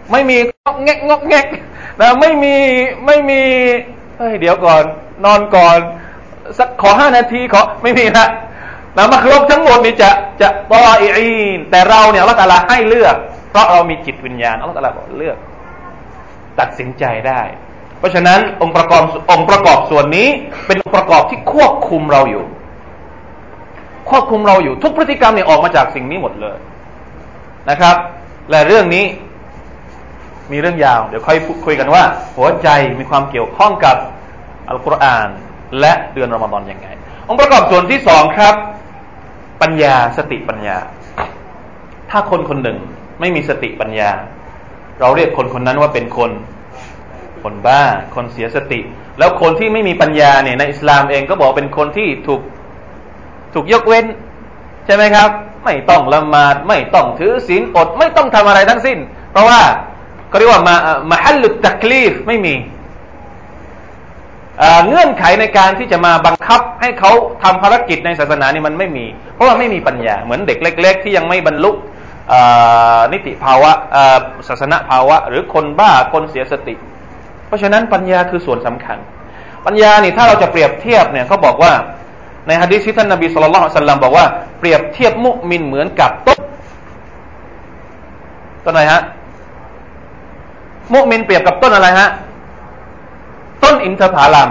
ไม่มีงอกแงกงอกแงกนะไม่มีเฮ้ยเดี๋ยวก่อนนอนก่อนสักขอ5 นาทีขอไม่มีนะมักลุกทั้งหมดนี่จะตออีนแต่เราเนี่ยอัลเลาะห์ตะอาลาให้เลือกเพราะเรามีจิตวิญญาณอัลเลาะห์ตะอาลาบอกเลือกตัดสินใจได้เพราะฉะนั้นองค์ประกอบส่วนนี้เป็นองค์ประกอบที่ควบคุมเราอยู่ทุกพฤติกรรมเนี่ยออกมาจากสิ่งนี้หมดเลยนะครับและเรื่องนี้มีเรื่องยาวเดี๋ยวค่อยคุยกันว่าหัวใจมีความเกี่ยวข้องกับอัลกุรอานและเดือนรอมฎอนยังไงองค์ประกอบส่วนที่2ครับปัญญาสติปัญญาถ้าคนหนึ่งไม่มีสติปัญญาเราเรียกคนนั้นว่าเป็นคนบ้าคนเสียสติแล้วคนที่ไม่มีปัญญาเนี่ยในอิสลามเองก็บอกเป็นคนที่ถูกยกเว้นใช่ไหมครับไม่ต้องละหมาดไม่ต้องถือศีลอดไม่ต้องทำอะไรทั้งสิ้นเพราะว่าเขาเรียกว่ามะฮัลลุตตักลีฟไม่มีเงื่อนไขในการที่จะมาบังคับให้เขาทำภารกิจในศาสนานี่มันไม่มีเพราะว่าไม่มีปัญญาเหมือนเด็กเล็กๆที่ยังไม่บรรลุนิติภาวะศาสนภาวะหรือคนบ้าคนเสียสติเพราะฉะนั้นปัญญาคือส่วนสำคัญปัญญานี่ถ้าเราจะเปรียบเทียบเนี่ยเขาบอกว่าในหะดีษที่ท่านนบีศ็อลลัลลอฮุอะลัยฮิวะซัลลัมบอกว่าเปรียบเทียบมุมินเหมือนกับต้นอะไรฮะมุมินเปรียบกับต้นอะไรฮะต้นอินทผลัม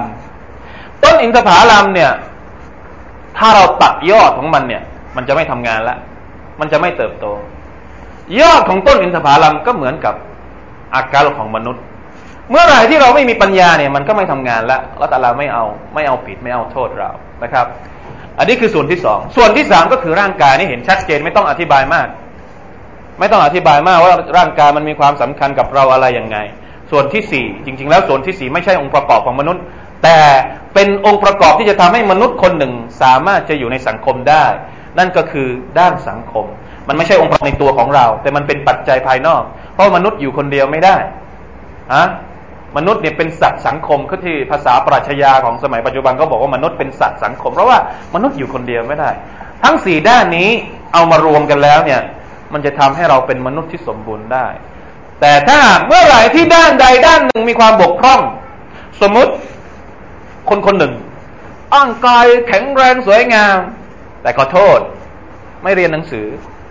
เนี่ยถ้าเราตัดยอดของมันเนี่ยมันจะไม่ทำงานละมันจะไม่เติบโตยอดของต้นอินทผลัมก็เหมือนกับอาการของมนุษย์เมื่อไหร่ที่เราไม่มีปัญญาเนี่ยมันก็ไม่ทำงานละแล้วแต่เราไม่เอาผิดไม่เอาโทษเรานะครับอันนี้คือส่วนที่2ส่วนที่3ก็คือร่างกายนี่เห็นชัดเจนไม่ต้องอธิบายมากว่าร่างกายมันมีความสำคัญกับเราอะไรยังไงส่วนที่4จริงๆแล้วส่วนที่4ไม่ใช่องค์ประกอบของมนุษย์แต่เป็นองค์ประกอบที่จะทำให้มนุษย์คนหนึ่งสามารถจะอยู่ในสังคมได้นั่นก็คือด้านสังคมมันไม่ใช่องค์ประกอบในตัวของเราแต่มันเป็นปัจจัยภายนอกเพราะมนุษย์อยู่คนเดียวไม่ได้มนุษย์เนี่ยเป็นสัตว์สังคมก็ที่ภาษาปรัชญาของสมัยปัจจุบันก็บอกว่ามนุษย์เป็นสัตว์สังคมเพราะว่ามนุษย์อยู่คนเดียวไม่ได้ทั้ง4ด้านนี้เอามารวมกันแล้วเนี่ยมันจะทำให้เราเป็นมนุษย์ที่สมบูรณ์ได้แต่ถ้าเมื่อไหร่ที่ด้านใดด้านหนึ่งมีความบกพร่องสมมุติคนหนึ่งร่างกายแข็งแรงสวยงามแต่ขอโทษไม่เรียนหนังสือ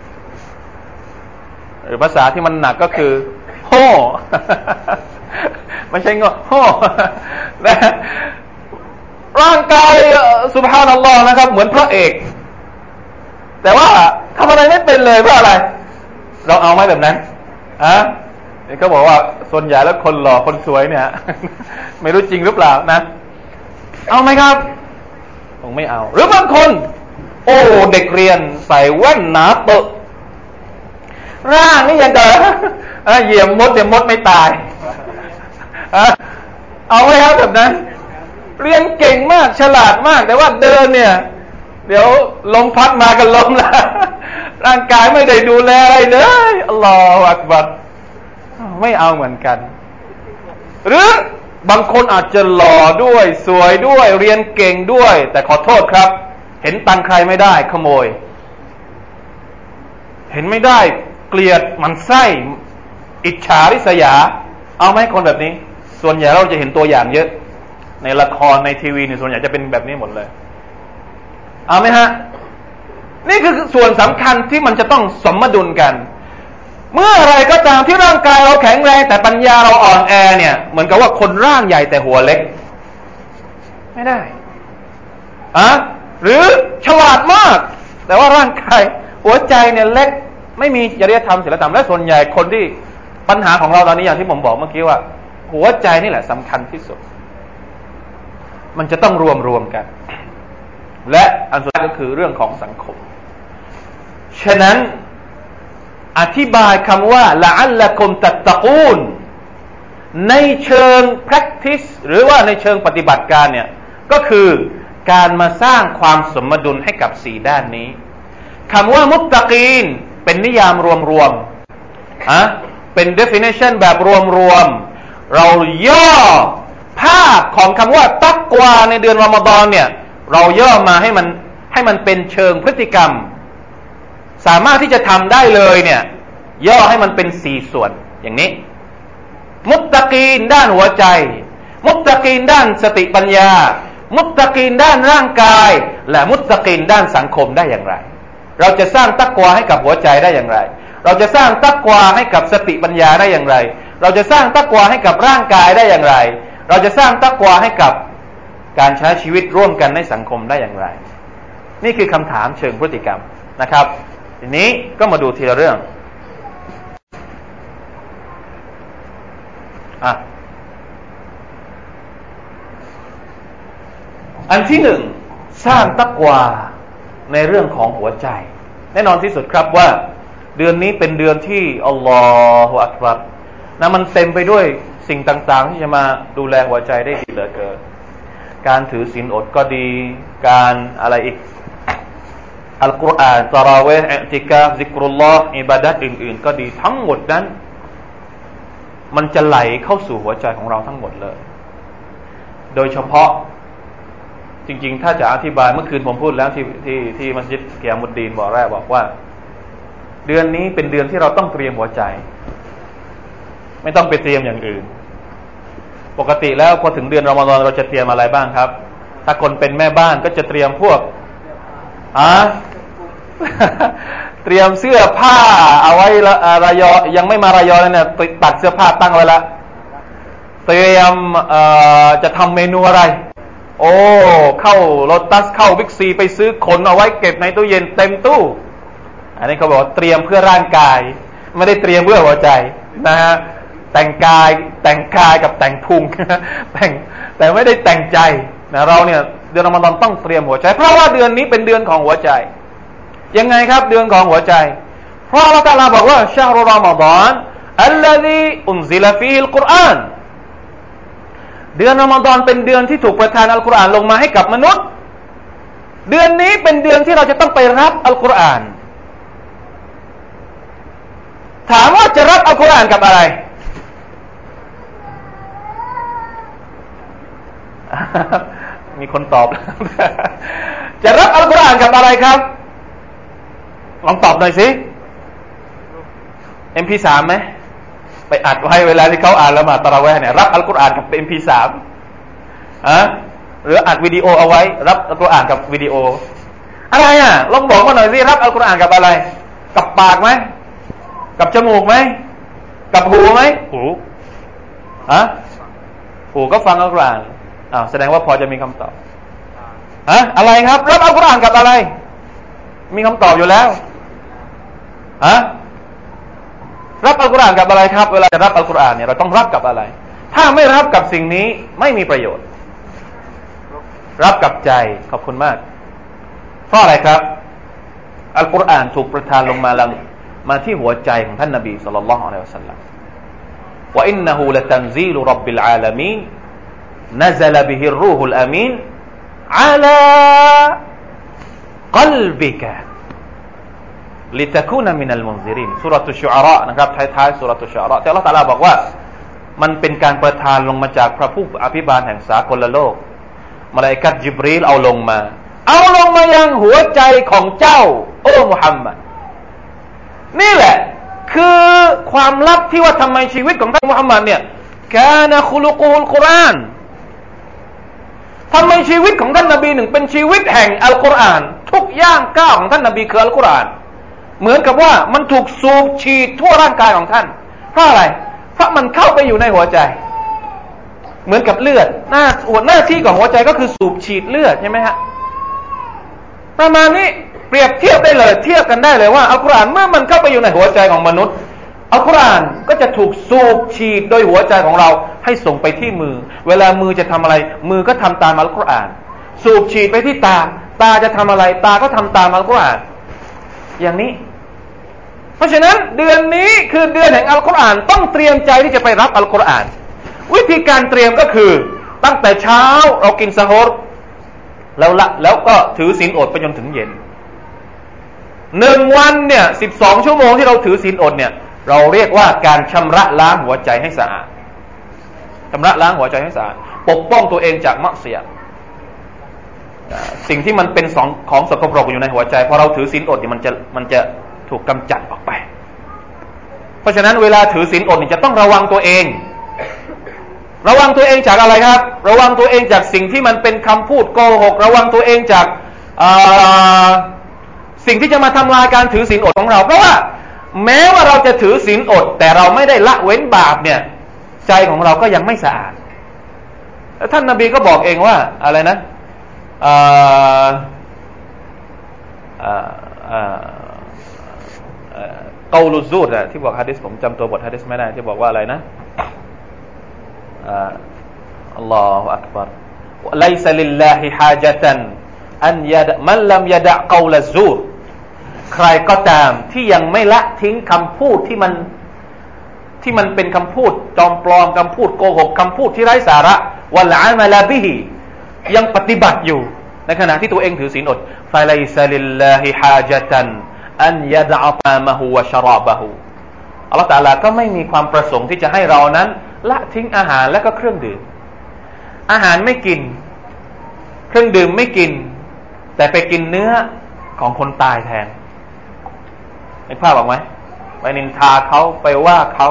หรือภาษาที่มันหนักก็คือโห่ไม่ใช่งอโห่นะร่างกายซุบฮานัลลอฮ์นะครับเหมือนพระเอกแต่ว่าทำอะไรไม่เป็นเลยเพราะอะไรเราเอาไหมแบบนั้นเขาบอกว่าส่วนใหญ่แล้วคนหล่อคนสวยเนี่ยไม่รู้จริงหรือเปล่านะเอาไหมครับคงไม่เอาหรือบางคนโอ้เด็กเรียนใส่แว่นหนาเปอะร่างนี่ยังเกิดเหยียบมดเดี๋ยวมดไม่ตายเอาไหมครับแบบนั้นเรียนเก่งมากฉลาดมากแต่ว่าเดินเนี่ยเดี๋ยวลมพัดมากันล้มละร่างกายไม่ได้ดูแลอะไรเลยอัลลอฮฺอักบัรไม่เอาเหมือนกันหรือบางคนอาจจะหล่อด้วยสวยด้วยเรียนเก่งด้วยแต่ขอโทษครับเห็นตังใครไม่ได้ขโมยเห็นไม่ได้เกลียดมันไส้อิจฉาริษยาเอาไหมคนแบบนี้ส่วนใหญ่เราจะเห็นตัวอย่างเยอะในละครในทีวีเนี่ยส่วนใหญ่จะเป็นแบบนี้หมดเลยเอาไหมฮะนี่คือส่วนสำคัญที่มันจะต้องสมดุลกันเมื่ออะไรก็ตามที่ร่างกายเราแข็งแรงแต่ปัญญาเราอ่อนแอเนี่ยเหมือนกับว่าคนร่างใหญ่แต่หัวเล็กไม่ได้หรือฉลาดมากแต่ว่าร่างกายหัวใจเนี่ยเล็กไม่มีจริยธรรมศีลธรรมและส่วนใหญ่คนที่ปัญหาของเราตอนนี้อย่างที่ผมบอกเมื่อกี้ว่าหัวใจนี่แหละสำคัญที่สุดมันจะต้องรวมกันและอันสุดท้ายก็คือเรื่องของสังคมฉะนั้นอธิบายคำว่าละอัลละกุมตัตตะกูนในเชิง practice หรือว่าในเชิงปฏิบัติการเนี่ยก็คือการมาสร้างความสมดุลให้กับ4ด้านนี้คำว่ามุตตะกีนเป็นนิยามรวมๆเป็น definition แบบรวมๆเราย่อภาพของคำว่าตักวาในเดือนรอมฎอนเนี่ยเราย่อมาให้มันเป็นเชิงพฤติกรรมสามารถที่จะทำได้เลยเนี่ยย่อให้มันเป็น4ส่วนอย่างนี้มุตตะกีนด้านหัวใจมุตตะกีนด้านสติปัญญามุตตะกีนด้านร่างกายและมุตตะกีนด้านสังคมได้อย่างไรเราจะสร้างตักวาให้กับหัวใจได้อย่างไรเราจะสร้างตักวาให้กับสติปัญญาได้อย่างไรเราจะสร้างตักวาให้กับร่างกายได้อย่างไรเราจะสร้างตักวาให้กับการใช้ชีวิตร่วมกันในสังคมได้อย่างไรนี่คือคำถามเชิงพฤติกรรมนะครับทีนี้ก็มาดูทีละเรื่องอันที่หนึ่งสร้างตักวาในเรื่องของหัวใจแน่นอนที่สุดครับว่าเดือนนี้เป็นเดือนที่อัลลอฮฺอักบัรนะมันเต็มไปด้วยสิ่งต่างๆที่จะมาดูแลหัวใจได้ดีเหลือเกินการถือศีลอดก็ดีการอะไรอีกอัลกุรอานตะเราะเวห์อิอ์ติกาฟซิกรุลลอฮ์อิบาดะห์อื่นๆก็ดีทั้งหมดนั้นมันจะไหลเข้าสู่หัวใจของเราทั้งหมดเลยโดยเฉพาะจริงๆถ้าจะอธิบายเมื่อคืนผมพูดแล้วที่มัสยิดเกียรมุดดีนบอกว่าเดือนนี้เป็นเดือนที่เราต้องเตรียมหัวใจไม่ต้องไปเตรียมอย่างอื่นปกติแล้วพอถึงเดือนรอมฎอนเราจะเตรียมอะไรบ้างครับถ้าคนเป็นแม่บ้านก็จะเตรียมพวกเตรียมเสื้อผ้าเอาไว้รายอยังไม่มารายอเลยเนี่ยตัดเสื้อผ้าตั้งไว้แล้วเตรียมจะทำเมนูอะไรโอ้เข้าโลตัสเข้าบิ๊กซีไปซื้อขนเอาไว้เก็บในตู้เย็นเต็มตู้อันนี้เขาบอกเตรียมเพื่อร่างกายไม่ได้เตรียมเพื่อหัวใจนะฮะแต่งกายกับแต่งพุงแต่ไม่ได้แต่งใจนะเราเนี่ยเดือนรอมฎอนต้องเตรียมหัวใจเพราะว่าเดือนนี้เป็นเดือนของหัวใจยังไงครับเดือนของหัวใจเพราะอัลเลาะห์ตะอาลาบอกว่าชะฮรุรอมฎอนอัลลซีอุนซิลฟีฮิลกุรอานเดือนรอมฎอนเป็นเดือนที่ถูกประทานอัลกุรอานลงมาให้กับมนุษย์เดือนนี้เป็นเดือนที่เราจะต้องไปรับอัลกุรอานถามว่าจะรับอัลกุรอานกับอะไรมีคนตอบจะรับอัลกุรอานกับอะไรครับลองตอบหน่อยสิ MP3 ไหมไปอัดไว้เวลาที่เขาอ่านละหมาดตะเราะเวห์เนี่ยรับอัลกุรอานกับ MP3 หรืออัดวิดีโอเอาไว้รับอัลกุรอานกับวิดีโออะไรลองบอกมาหน่อยสิรับอัลกุรอานกับอะไรกับปากไหมกับจมูกไหมกับหูไหมหูก็ฟังอัลกุรอานแสดงว่าพอจะมีคำตอบอะไรครับรับอัลกุรอานกับอะไรมีคำตอบอยู่แล้วรับอัลกุรอานกับอะไรครับเวลาจะรับอัลกุรอานเนี่ยเราต้องรับกับอะไรถ้าไม่รับกับสิ่งนี้ไม่มีประโยชน์รับกับใจขอบคุณมากเพราะอะไรครับอัลกุรอานถูกประทานลงมาที่หัวใจของท่านนบีศ็อลลัลลอฮุอะลัยฮิวะซัลลัมว่าอินนะฮูละตันซีลุร็อบบิลอาลามีนนะซะละบิฮิรรูฮุลอามีนอะลากัลบิกะลิตะกูนะมินัลมุนซิรินซูเราะตุชชุอาเราะห์นะครับท้ายๆซูเราะตุชชุอาเราะห์ที่อัลเลาะห์ตะอาลาบอกว่ามันเป็นการประทานลงมาจากพระผู้อภิบาลแห่งสากลโลกมลาอิกะฮ์ญิบรีลเอาลงมายังหัวใจของเจ้าโอ้มุฮัมมัดนี่แหละคือความลับที่ว่าทำไมชีวิตของท่านมุฮัมมัดเนี่ยกานะคุลุกุลกุรอานทำไมชีวิตของท่านนบีหนึ่งเป็นชีวิตแห่งอัลกุรอานทุกย่างก้าวของท่านนบีคืออัลกุรอานเหมือนกับว่ามันถูกสูบฉีดทั่วร่างกายของท่านเพราะอะไรเพราะมันเข้าไปอยู่ในหัวใจเหมือนกับเลือดหน้าที่ของหัวใจก็คือสูบฉีดเลือดใช่ไหมฮะประมาณนี้เปรียบเทียบได้เลยเทียบกันได้เลยว่าอัลกุรอานเมื่อมันเข้าไปอยู่ในหัวใจของมนุษย์อัลกุรอานก็จะถูกสูบฉีดโดยหัวใจของเราให้ส่งไปที่มือเวลามือจะทำอะไรมือก็ทำตามอัลกุรอานสูบฉีดไปที่ตาจะทำอะไรตาก็ทำตามอัลกุรอานอย่างนี้เพราะฉะนั้นเดือนนี้คือเดือนแห่งอัลกุรอานต้องเตรียมใจที่จะไปรับอัลกุรอานวิธีการเตรียมก็คือตั้งแต่เช้าเรากินซะฮุรแล้วก็ถือศีลอดไปจนถึงเย็น1วันเนี่ย12ชั่วโมงที่เราถือศีลอดเนี่ยเราเรียกว่าการชำระล้างหัวใจให้สะอาดชำระล้างหัวใจให้สะอาดปกป้องตัวเองจากมักเสียสิ่งที่มันเป็นของสกปรกอยู่ในหัวใจพอเราถือศีลอดเนี่ยมันจะถูกกำจัดออกไปเพราะฉะนั้นเวลาถือศีลอดเนี่ยจะต้องระวังตัวเองระวังตัวเองจากอะไรครับระวังตัวเองจากสิ่งที่มันเป็นคำพูดโกหกระวังตัวเองจากสิ่งที่จะมาทำลายการถือศีลอดของเราเพราะว่าแม้ว่าเราจะถือศีลอดแต่เราไม่ได้ละเว้นบาปเนี่ยใจของเราก็ยังไม่สะอาดแล้วท่านนบีก็บอกเองว่าอะไรนะกอลุซูรที่บอกหะดีษผมจำตัวบทหะดีษไม่ได้ที่บอกว่าอะไรนะอัลลอฮฺอักบัรليس لله حاجة أن يدع من لم يدع قول الزور ใครก็ตามที่ยังไม่ละทิ้งคำพูดที่มันเป็นคำพูดจอมปลอมคำพูดโกหกคำพูดที่ไร้สาระวัลอามัลบิฮิยังปฏิบัติอยู่ในขณะที่ตัวเองถือศีลอด فليس لله حاجة أن يدع طعامه وشرابه อัลเลาะห์ตะอาลาก็ไม่มีความประสงค์ที่จะให้เรานั้นละทิ้งอาหารและก็เครื่องดื่มอาหารไม่กินเครื่องดื่มไม่กินแต่ไปกินเนื้อของคนตายแทนนึกภาพออกไหมไปนินทาเขาไปว่าเขา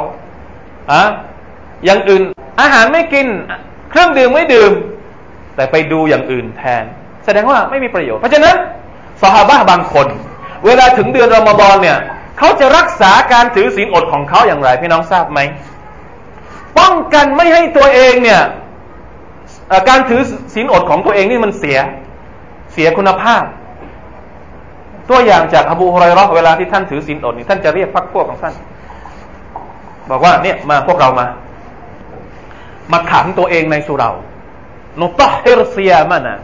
อย่างอื่นอาหารไม่กินเครื่องดื่มไม่ดื่มแต่ไปดูอย่างอื่นแทนแสดงว่าไม่มีประโยชน์เพราะฉะนั้นซอฮาบะห์บางคนเวลาถึงเดือนรอมฎอนเนี่ยเขาจะรักษาการถือศีลอดของเขาอย่างไรพี่น้องทราบไหมป้องกันไม่ให้ตัวเองเนี่ยการถือศีลอดของตัวเองนี่มันเสียคุณภาพตัวอย่างจากอบูฮุรอยเราะห์เวลาที่ท่านถือศีลอดนี่ท่านจะเรียกพรรคพวกของท่านบอกว่าเนี่ยมาพวกเรามาขังตัวเองในสุเรานุตะฮิรซิยามานะ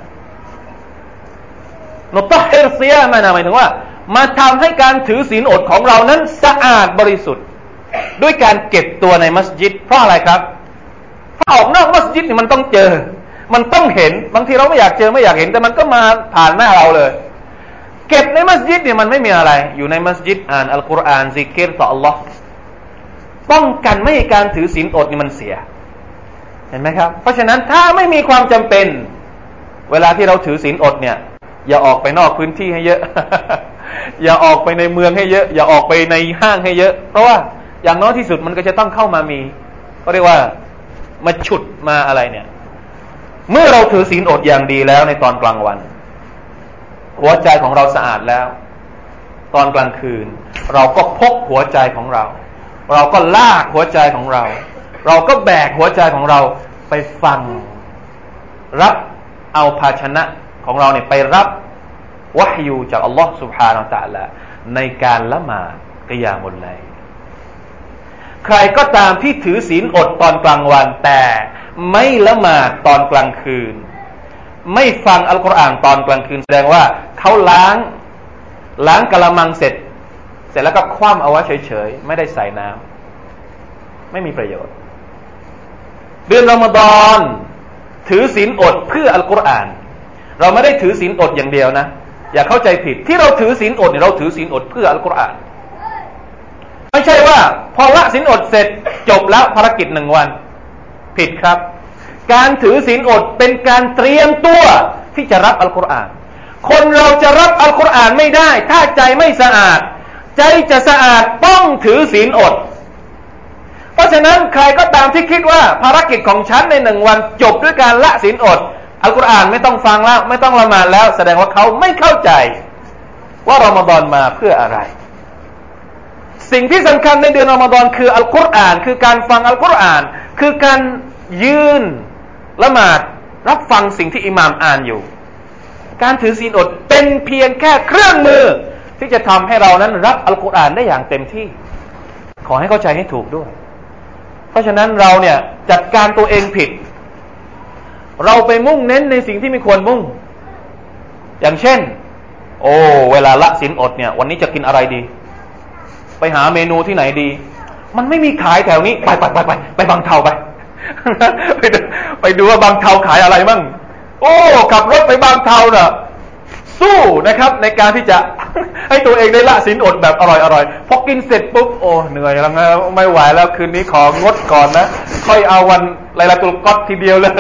นุตะฮิรซิยามานะหมายถึงว่ามาทำให้การถือศีลอดของเรานั้นสะอาดบริสุทธิ์ด้วยการเก็บตัวในมัสยิดเพราะอะไรครับถ้าออกนอกมัสยิดนี่มันต้องเจอมันต้องเห็นบางทีเราไม่อยากเจอไม่อยากเห็นแต่มันก็มาผ่านหน้าเราเลยเก็บในมัสยิดเนี่ยมันไม่มีอะไรอยู่ในมัสยิดอ่านอัลกุรอานซิกรต่ออัลลอฮ์ป้องกันไม่ให้การถือศีลอดนี่มันเสียเห็นไหมครับเพราะฉะนั้นถ้าไม่มีความจำเป็นเวลาที่เราถือศีลอดเนี่ยอย่าออกไปนอกพื้นที่ให้เยอะ อย่าออกไปในเมืองให้เยอะอย่าออกไปในห้างให้เยอะเพราะว่าอย่างน้อยที่สุดมันก็จะต้องเข้ามามีก็เรียกว่ามาฉุดมาอะไรเนี่ยเมื่อเราถือศีลอดอย่างดีแล้วในตอนกลางวันหัวใจของเราสะอาดแล้วตอนกลางคืนเราก็พกหัวใจของเราเราก็ลากหัวใจของเราเราก็แบกหัวใจของเราไปฟังรับเอาภาชนะของเราเนี่ยไปรับวะฮยูจากอัลลอฮฺ سبحانه และ تعالى ในการละหมาดกิยามุลไลล์ใครก็ตามที่ถือศีลอดตอนกลางวันแต่ไม่ละหมาดตอนกลางคืนไม่ฟังอัลกุรอานตอนกลางคืนแสดงว่าเขาล้างกะละมังเสร็จแล้วก็คว่ำเอาไว้เฉยๆไม่ได้ใส่น้ำไม่มีประโยชน์เดือนรอมฎอนถือศีลอดเพื่ออัลกุรอานเราไม่ได้ถือศีลอดอย่างเดียวนะอย่าเข้าใจผิดที่เราถือศีลอดเนี่ยเราถือศีลอดเพื่ออัลกุรอานไม่ใช่ว่าพอละศีลอดเสร็จจบแล้วภารกิจ1 วันผิดครับการถือศีลอดเป็นการเตรียมตัวที่จะรับอัลกุรอานคนเราจะรับอัลกุรอานไม่ได้ถ้าใจไม่สะอาดใจจะสะอาดต้องถือศีลอดเพราะฉะนั้นใครก็ตามที่คิดว่าภารกิจของฉันใน1 วันจบด้วยการละศีลอดอัลกุรอานไม่ต้องฟังแล้วไม่ต้องละหมาดแล้วแสดงว่าเขาไม่เข้าใจว่ารอมฎอนมาเพื่ออะไรสิ่งที่สำคัญในเดือนรอมฎอนคืออัลกุรอานคือการฟังอัลกุรอานคือการยืนละหมาดรับฟังสิ่งที่อิหม่ามอ่านอยู่การถือศีลอดเป็นเพียงแค่เครื่องมือที่จะทำให้เรานั้นรับอัลกุรอานได้อย่างเต็มที่ขอให้เข้าใจให้ถูกด้วยเพราะฉะนั้นเราเนี่ยจัดการตัวเองผิดเราไปมุ่งเน้นในสิ่งที่ไม่ควรมุ่งอย่างเช่นเวลาละศีลอดเนี่ยวันนี้จะกินอะไรดีไปหาเมนูที่ไหนดีมันไม่มีขายแถวนี้ไปบางเทาไปดูว่าบางเทาขายอะไรมั่งขับรถไปบางเทาน่ะสู้นะครับในการที่จะให้ตัวเองได้ละศีลอดแบบอร่อยพอกินเสร็จปุ๊บเหนื่อยแล้วไม่ไหวแล้วคืนนี้ของดก่อนนะค่อยเอาวันไลลาตุลกอดทีเดียวเลย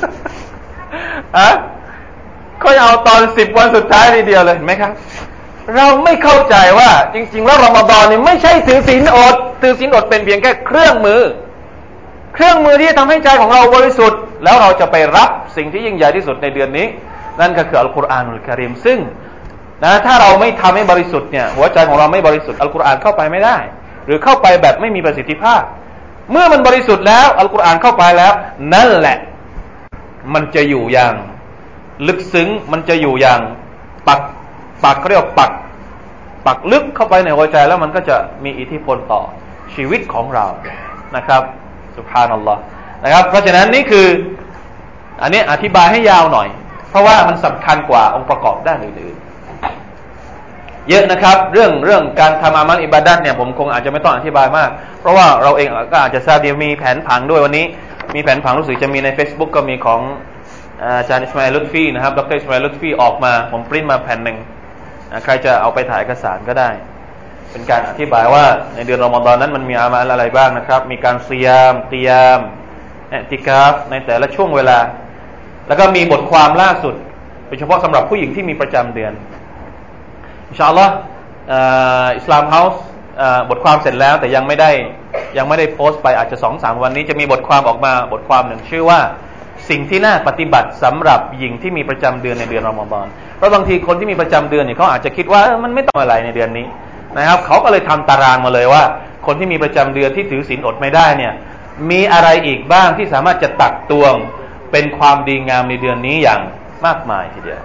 ค่อยเอาตอน10 วันสุดท้ายทีเดียวเลยเห็นไหมครับเราไม่เข้าใจว่าจริงๆแล้วรอมฎอนนี่ไม่ใช่ถือศีลอดถือศีลอดเป็นเพียงแค่เครื่องมือเครื่องมือที่จะทำให้ใจของเราบริสุทธิ์แล้วเราจะไปรับสิ่งที่ยิ่งใหญ่ที่สุดในเดือนนี้นั่นก็คืออัลกุรอานอุลกะรีมซึ่งนะถ้าเราไม่ทำให้บริสุทธิ์เนี่ยหัวใจของเราไม่บริสุทธิ์อัลกุรอานเข้าไปไม่ได้หรือเข้าไปแบบไม่มีประสิทธิภาพเมื่อมันบริสุทธิ์แล้วอัลกุรอานเข้าไปแล้วนั่นแหละมันจะอยู่อย่างลึกซึ้งมันจะอยู่อย่างปักเขาเรียกว่าปักลึกเข้าไปในหัวใจแล้วมันก็จะมีอิทธิพลต่อชีวิตของเรานะครับซุบฮานัลลอฮ์นะครับเพราะฉะนั้นนี่คืออันนี้อธิบายให้ยาวหน่อยเพราะว่ามันสำคัญกว่าองค์ประกอบด้านอื่นๆเยอะนะครับเรื่องการทำอามัลอิบาดัตเนี่ยผมคงอาจจะไม่ต้องอธิบายมากเพราะว่าเราเองก็อาจจะทราบดีมีแผนผังด้วยวันนี้มีแผนผังรู้สึกจะมีใน Facebook ก็มีของอาจารย์อิสมาอิลลุตฟีนะครับดร.อิสมาอิลลุตฟีออกมาผมปริ้นมาแผ่นหนึ่งใครจะเอาไปถ่ายเอกสารก็ได้เป็นการอธิบายว่าในเดือนรอมฎอนนั้นมันมีอามัลอะไรบ้างนะครับมีการซิยามกิยามอิติกาฟในแต่ละช่วงเวลาแล้วก็มีบทความล่าสุดโดยเฉพาะสำหรับผู้หญิงที่มีประจำเดือนอินชาอัลลอฮ์อิสลามเฮาส์บทความเสร็จแล้วแต่ยังไม่ได้โพสต์ไปอาจจะ 2-3 วันนี้จะมีบทความออกมาบทความหนึ่งชื่อว่าสิ่งที่น่าปฏิบัติสำหรับหญิงที่มีประจำเดือนในเดือนรอมฎอนเพราะบางทีคนที่มีประจำเดือนเนี่ยเขาอาจจะคิดว่ามันไม่ต้องอะไรในเดือนนี้นะครับเขาก็เลยทำตารางมาเลยว่าคนที่มีประจำเดือนที่ถือศีลอดไม่ได้เนี่ยมีอะไรอีกบ้างที่สามารถจะตักตวงเป็นความดีงามในเดือนนี้อย่างมากมายทีเดียว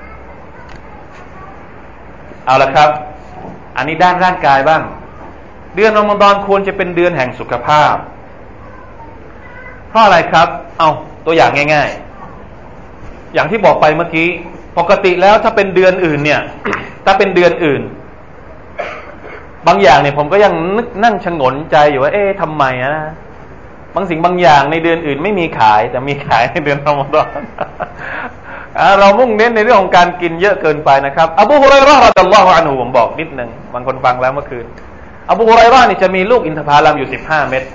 เอาละครับอันนี้ด้านร่างกายบ้างเดือนรอมฎอนควรจะเป็นเดือนแห่งสุขภาพเพราะอะไรครับเอาตัวอย่างง่ายๆอย่างที่บอกไปเมื่อกี้ปกติแล้วถ้าเป็นเดือนอื่นเนี่ย ถ้าเป็นเดือนอื่นบางอย่างเนี่ยผมก็ยังนั่งชงนใจอยู่ว่าทำไมนะบางสิ่งบางอย่างในเดือนอื่นไม่มีขายแต่มีขายในเดือนรอมฎอนเรามุ่งเน้นในเรื่องของการกินเยอะเกินไปนะครับอบูฮุรอยเราะห์รอฎิยัลลอฮุอันฮุผมบอกนิดนึงบางคนฟังแล้วเมื่อคืนอบูฮุรอยเราะห์นี่จะมีลูกอินทผลัมอยู่15เม็ด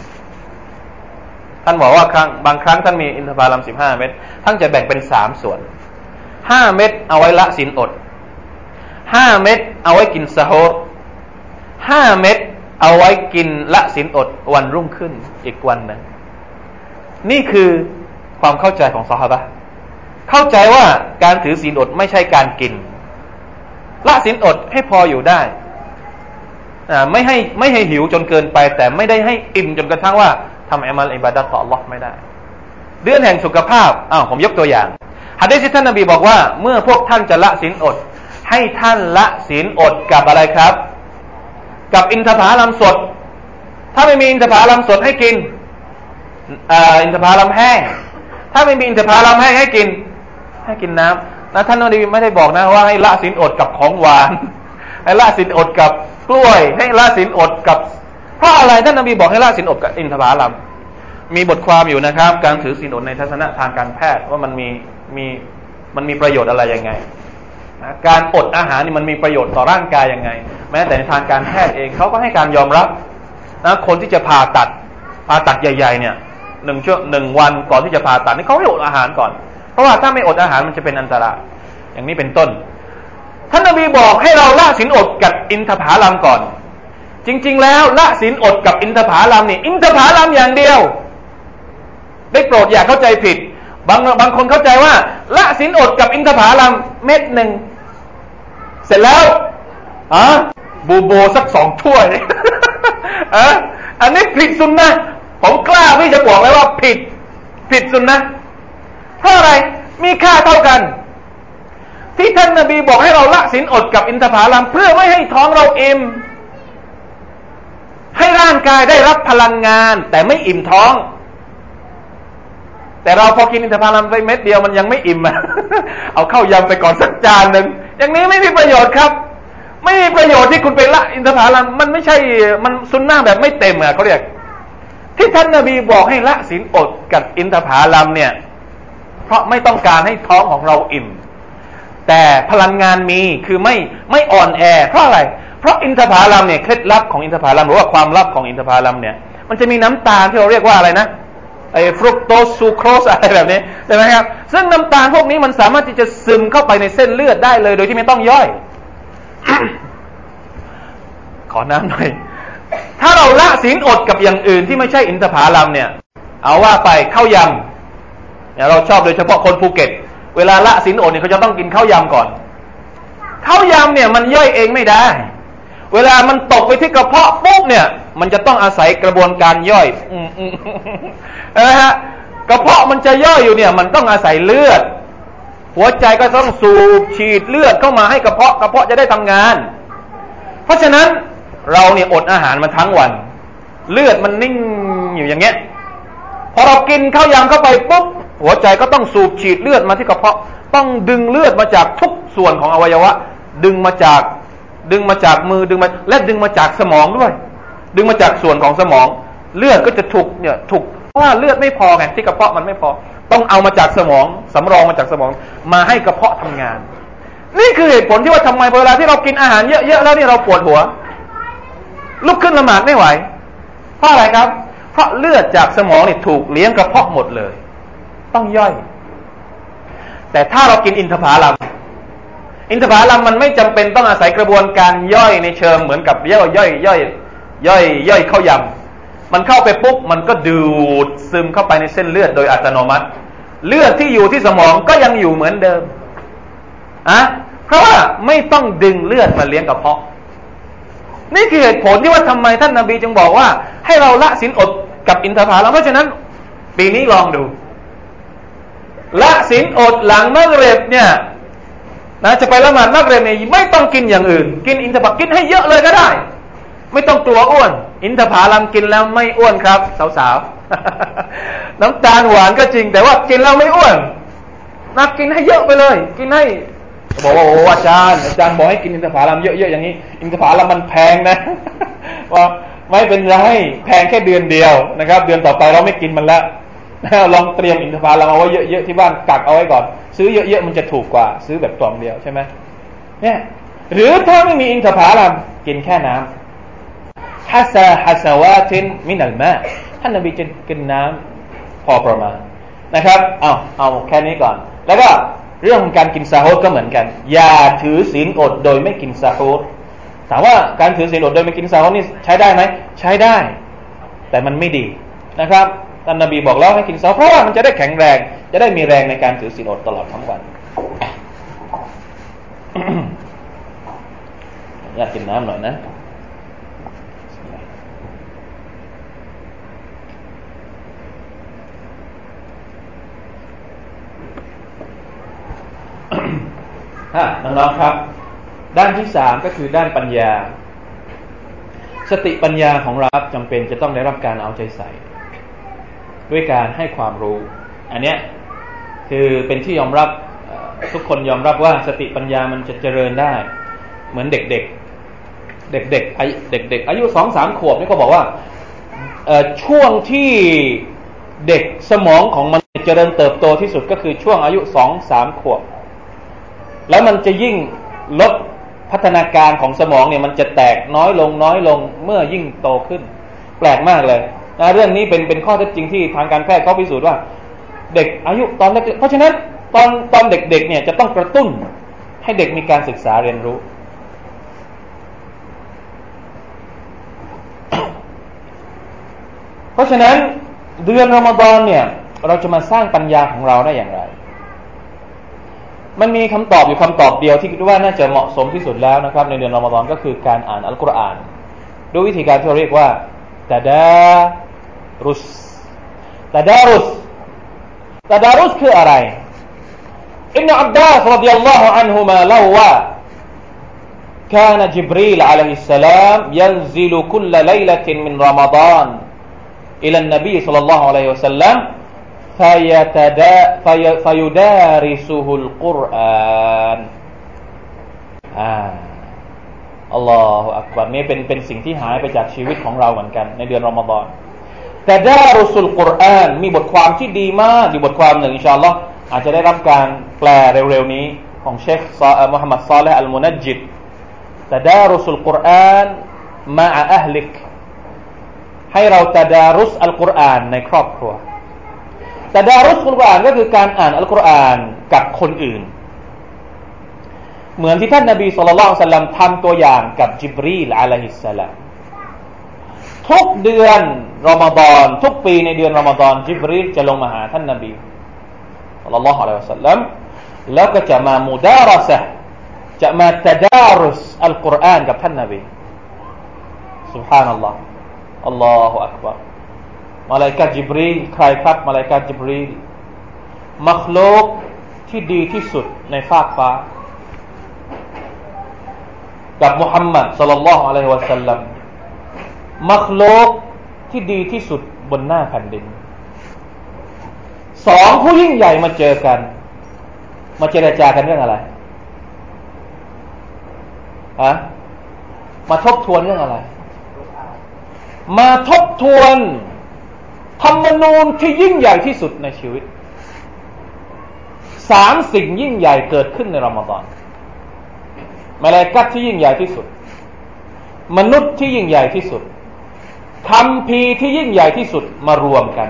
ท่านบอกว่าบางครั้งท่านมีอินทผลัม15เม็ดท่านจะแบ่งเป็น3ส่วน5เม็ดเอาไว้ละศีลอด5เม็ดเอาไว้กินซะฮูร5เม็ดเอาไว้กินละศีลอดวันรุ่งขึ้นอีกวันนึงนี่คือความเข้าใจของซอฮาบะห์เข้าใจว่าการถือศีลอดไม่ใช่การกินละศีลอดให้พออยู่ได้ไม่ให้หิวจนเกินไปแต่ไม่ได้ให้อิ่มจนกระทั่งว่าทำอามัลอิบาดะห์ต่ออัลเลาะห์ไม่ได้เดือนแห่งสุขภาพผมยกตัวอย่างหะดีษที่ท่านนบีบอกว่าเมื่อพวกท่านจะละศีลอดให้ท่านละศีลอดกับอะไรครับกับอินทผลัมสดถ้าไม่มีอินทผลัมสดให้กินอินทผลัมแห้งถ้าไม่มีอินทผลัมแห้งให้กินน้ำนะท่านนบีไม่ได้บอกนะว่าให้ละศีลอดกับของหวานให้ละศีลอดกับกล้วยให้ละศีลอดกับเพราะอะไรท่านนบีบอกให้ละศีลอดกับอินทผลัมมีบทความอยู่นะครับการถือศีลอดในทัศนะทางการแพทย์ว่ามันมีประโยชน์อะไรยังไงนะการอดอาหารนี่มันมีประโยชน์ต่อร่างกายยังไงแม้แต่ในทางการแพทย์เองเขาก็ให้การยอมรับนะคนที่จะผ่าตัดใหญ่ๆเนี่ย1 วันก่อนที่จะผ่าตัดนี่เขาให้อดอาหารก่อนเพราะว่าถ้าไม่อดอาหารมันจะเป็นอันตรายอย่างนี้เป็นต้นท่านนบีบอกให้เราละศีลอดกับอินทผลัมก่อนจริงๆแล้วละศีลอดกับอินทผลัมนี่อินทผลัมอย่างเดียวได้โปรดอย่าเข้าใจผิดบางคนเข้าใจว่าละศีลอดกับอินทผลัมเม็ดหนึ่งเสร็จแล้วบูโบสัก2 ถ้วยอันนี้ผิดสุนนะผมกล้าที่จะบอกเลยว่าผิดสุนนะเพราะอะไรมีค่าเท่ากันที่ท่านนบีบอกให้เราละศีลอดกับอินทผลัมเพื่อไม่ให้ท้องเราอิ่มให้ร่างกายได้รับพลังงานแต่ไม่อิ่มท้องแต่เราพอกินอินทผลัมไปเม็ดเดียวมันยังไม่อิ่มเอาเข้ายำไปก่อนสักจานนึงอย่างนี้ไม่มีประโยชน์ครับไม่มีประโยชน์ที่คุณไปละอินทผลัมมันไม่ใช่มันซุนนะห์แบบไม่เต็มเขาเรียกที่ท่านนบีบอกให้ละศีลอดกับอินทผลัมเนี่ยเพราะไม่ต้องการให้ท้องของเราอิ่มแต่พลังงานมีคือไม่อ่อนแอเพราะอะไรเพราะอินทผลัมเนี่ยเคล็ดลับของอินทผลัมหรือว่าความลับของอินทผลัมเนี่ยมันจะมีน้ำตาลที่เราเรียกว่าอะไรนะฟรุกโตสซูโครสอะไรแบบนี้ใช่ไหมครับซึ่งน้ำตาลพวกนี้มันสามารถที่จะซึมเข้าไปในเส้นเลือดได้เลยโดยที่ไม่ต้องย่อย ขอน้ำหน่อยถ้าเราละศีลอดกับอย่างอื่นที่ไม่ใช่อินทผลัมเนี่ยเอาว่าไปข้าวยำเนี่ยเราชอบโดยเฉพาะคนภูเก็ตเวลาละศีลอดเนี่ยเขาจะต้องกินข้าวยำก่อนข้าวยำเนี่ยมันย่อยเองไม่ได้เวลามันตกไปที่กระเพาะปุ๊บเนี่ยมันจะต้องอาศัยกระบวนการย่อยนะฮะกระเพาะมันจะย่อยอยู่เนี่ยมันต้องอาศัยเลือดหัวใจก็ต้องสูบฉีดเลือดเข้ามาให้กระเพาะจะได้ทำงานเพราะฉะนั้นเราเนี่ยอดอาหารมาทั้งวันเลือดมันนิ่งอยู่อย่างเงี้ยพอเรากินข้าวยำเข้าไปปุ๊บหัวใจก็ต้องสูบฉีดเลือดมาที่กระเพาะต้องดึงเลือดมาจากทุกส่วนของอวัยวะดึงมาจากมือดึงมาและดึงมาจากสมองด้วยดึงมาจากส่วนของสมองเลือดก็จะถูกเพราะว่าเลือดไม่พอไงที่กระเพาะมันไม่พอต้องเอามาจากสมองสำรองมาจากสมองมาให้กระเพาะทำงานนี่คือเหตุผลที่ว่าทำไมเวลาที่เรากินอาหารเยอะๆแล้วนี่เราปวดหัวลุกขึ้นละหมาดไม่ไหวเพราะอะไรครับเพราะเลือดจากสมองนี่ถูกเลี้ยงกระเพาะหมดเลยต้องย่อยแต่ถ้าเรากินอินทผลัมมันไม่จำเป็นต้องอาศัยกระบวนการย่อยในเชิงเหมือนกับย่อยข้าวยำมันเข้าไปปุ๊บมันก็ดูดซึมเข้าไปในเส้นเลือดโดยอัตโนมัติเลือดที่อยู่ที่สมองก็ยังอยู่เหมือนเดิมเพราะว่าไม่ต้องดึงเลือดมาเลี้ยงกระเพาะนี่คือเหตุผลที่ว่าทำไมท่านนบีจึงบอกว่าให้เราละศีลอดกับอินทผลัมเพราะฉะนั้นปีนี้ลองดูละศีลอดหลังมักริบเนี่ยจะไปละหมาดมักริบเนี่ยไม่ต้องกินอย่างอื่นกินอินทผลัมกินให้เยอะเลยก็ได้ไม่ต้องกลัวอ้วนอินทผลัมกินแล้วไม่อ้วนครับสาวๆน้ำตาลหวานก็จริงแต่ว่ากินแล้วไม่อ้วนกินให้เยอะไปเลยกินให้บอกว่าโอ้อาจารย์บอกให้กินอินทผลัมเยอะๆอย่างนี้อินทผลัมมันแพงนะว่าไม่เป็นไรแพงแค่เดือนเดียวนะครับเดือนต่อไปเราไม่กินมันแล้วลองเตรียมอินทผลัมเอาไว้เยอะๆที่บ้านกักเอาไว้ก่อนซื้อเยอะๆมันจะถูกกว่าซื้อแบบกล่องเดียวใช่ไหมเนี่ยหรือถ้าไม่มีอินทผลัมกินแค่น้ำฮัสวาตินมินัลมาท่านนบีจะกินน้ำพอประมาณนะครับเอาแค่นี้ก่อนแล้วก็เรื่องของการกินซาฮูรก็เหมือนกันอย่าถือศีลอดโดยไม่กินซาฮูรถามว่าการถือศีลอดโดยไม่กินซาฮูรนี่ใช้ได้ไหมใช้ได้แต่มันไม่ดีนะครับท่านนบีบอกแล้วให้กินซาฮูรเพราะว่ามันจะได้แข็งแรงจะได้มีแรงในการถือศีลอดตลอดทั้งวัน อยากกินน้ำหน่อยนะน้องๆครับด้านที่3ก็คือด้านปัญญาสติปัญญาของเราจำเป็นจะต้องได้รับการเอาใจใส่ด้วยการให้ความรู้อันเนี้ยคือเป็นที่ยอมรับทุกคนยอมรับว่าสติปัญญามันจะเจริญได้เหมือนเด็กอายุ 2-3 ขวบนี่เขาบอกว่าช่วงที่เด็กสมองของมันเจริญเติบโตที่สุดก็คือช่วงอายุ 2-3 ขวบแล้วมันจะยิ่งลดพัฒนาการของสมองเนี่ยมันจะแตกน้อยลงเมื่อยิ่งโตขึ้นแปลกมากเลยนะเรื่องนี้เป็นข้อเท็จจริงที่ทางการแพทย์เขาพิสูจน์ว่าเด็กอายุตอนเล็กเพราะฉะนั้นตอนเด็กๆเนี่ยจะต้องกระตุ้นให้เด็กมีการศึกษาเรียนรู้เพราะฉะนั้นเดือนรอมฎอนเนี่ยเราจะมาสร้างปัญญาของเราได้อย่างไรมันมีคำตอบอยู่คำตอบเดียวที่คิดว่าน่าจะเหมาะสมที่สุดแล้วนะครับในเดือนรอมฎอนก็คือการอ่านอัลกุรอานด้วยวิธีการที่เรียกว่าตะดารุสคืออะไรอิบนุอับบาสรอฎิยัลลอฮุอันฮุมาเล่าว่าكان جبريل عليه السلام ينزل كل ليلة من رمضان إلى النبي صلى الله عليه وسلم فيدارسه القرآن อัลลอฮฺอักบัรนี่เป็นสิ่งที่หายไปจากชีวิตของเราเหมือนกันในเดือนรอมฎอนแต่ดารุสุลกุรอานมีบทความที่ดีมากอยู่บทความหนึ่งอินชาอัลลอฮ์อาจจะได้รับการแปลเร็วๆนี้ของเชคมุฮัมมัดซอลิห์อัลมุนัจญิดตะดารุสุลกุรอานมะอะอะห์ลิกให้เราตะดารุสอัลกุรอานในครอบครัวตะดารุสอัลกุรอานก็คือการอ่านอัลกุรอานกับคนอื่นเหมือนที่ท่านนบีศ็อลลัลลอฮุอะลัยฮิวะซัลลัมทำตัวอย่างกับจิบรีลอะลัยฮิสสลามทุกเดือนรอมฎอนทุกปีในเดือนรอมฎอนญิบรีลจะลงมาหาท่านนบีศ็อลลัลลอฮุอะลัยฮิวะซัลลัมแล้วก็จะมามุดาระซะห์จะมาตะดารุสอัลกุรอานกับท่านนบีซุบฮานัลลอฮ์อัลลอฮุอักบัรมาลาอิกะฮ์ญิบรีลใครครับมาลาอิกะฮ์ญิบรีลมัคลูกที่ดีที่สุดในฟากฟ้ากับมุฮัมมัดศ็อลลัลลอฮุอะลัยฮิวะซัลลัมมัคลูกที่ดีที่สุดบนหน้าแผ่นดินสองผู้ยิ่งใหญ่มาเจอกันมาเจรจากันเรื่องอะไรมาทบทวนเรื่องอะไรมาทบทวนธรรมนูญที่ยิ่งใหญ่ที่สุดในชีวิตสามสิ่งยิ่งใหญ่เกิดขึ้นในรอมฎอนมลาอิกะฮ์ที่ยิ่งใหญ่ที่สุดมนุษย์ที่ยิ่งใหญ่ที่สุดคัมภีร์ที่ยิ่งใหญ่ที่สุดมารวมกัน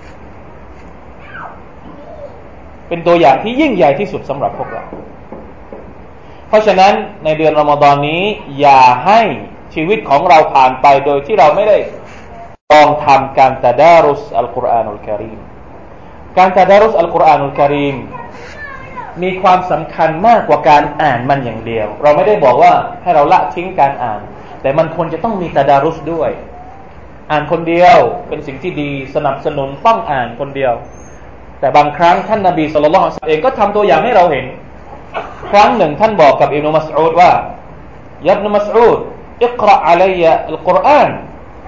เป็นตัวอย่างที่ยิ่งใหญ่ที่สุดสำหรับพวกเราเพราะฉะนั้นในเดือนรอมฎอนนี้อย่าให้ชีวิตของเราผ่านไปโดยที่เราไม่ได้ลองทำการตะดารุสอัลกุรอานุลกะรีมการตะดารุสอัลกุรอานุลกะรีมมีความสำคัญมากกว่าการอ่านมันอย่างเดียวเราไม่ได้บอกว่าให้เราละทิ้งการอ่านแต่มันควรจะต้องมีตะดารุสด้วยอ่านคนเดียวเป็นสิ่งที่ดีสนับสนุนต้องอ่านคนเดียวแต่บางครั้งท่านนบีศ็อลลัลลอฮุอะลัยฮิวะซัลลัมเองก็ทำตัวอย่างให้เราเห็นครั้งหนึ่งท่านบอกกับอิบนุมัสอูดว่ายะอิบนุมัสอูดอิกเราะอะลัยยะอัลกุรอาน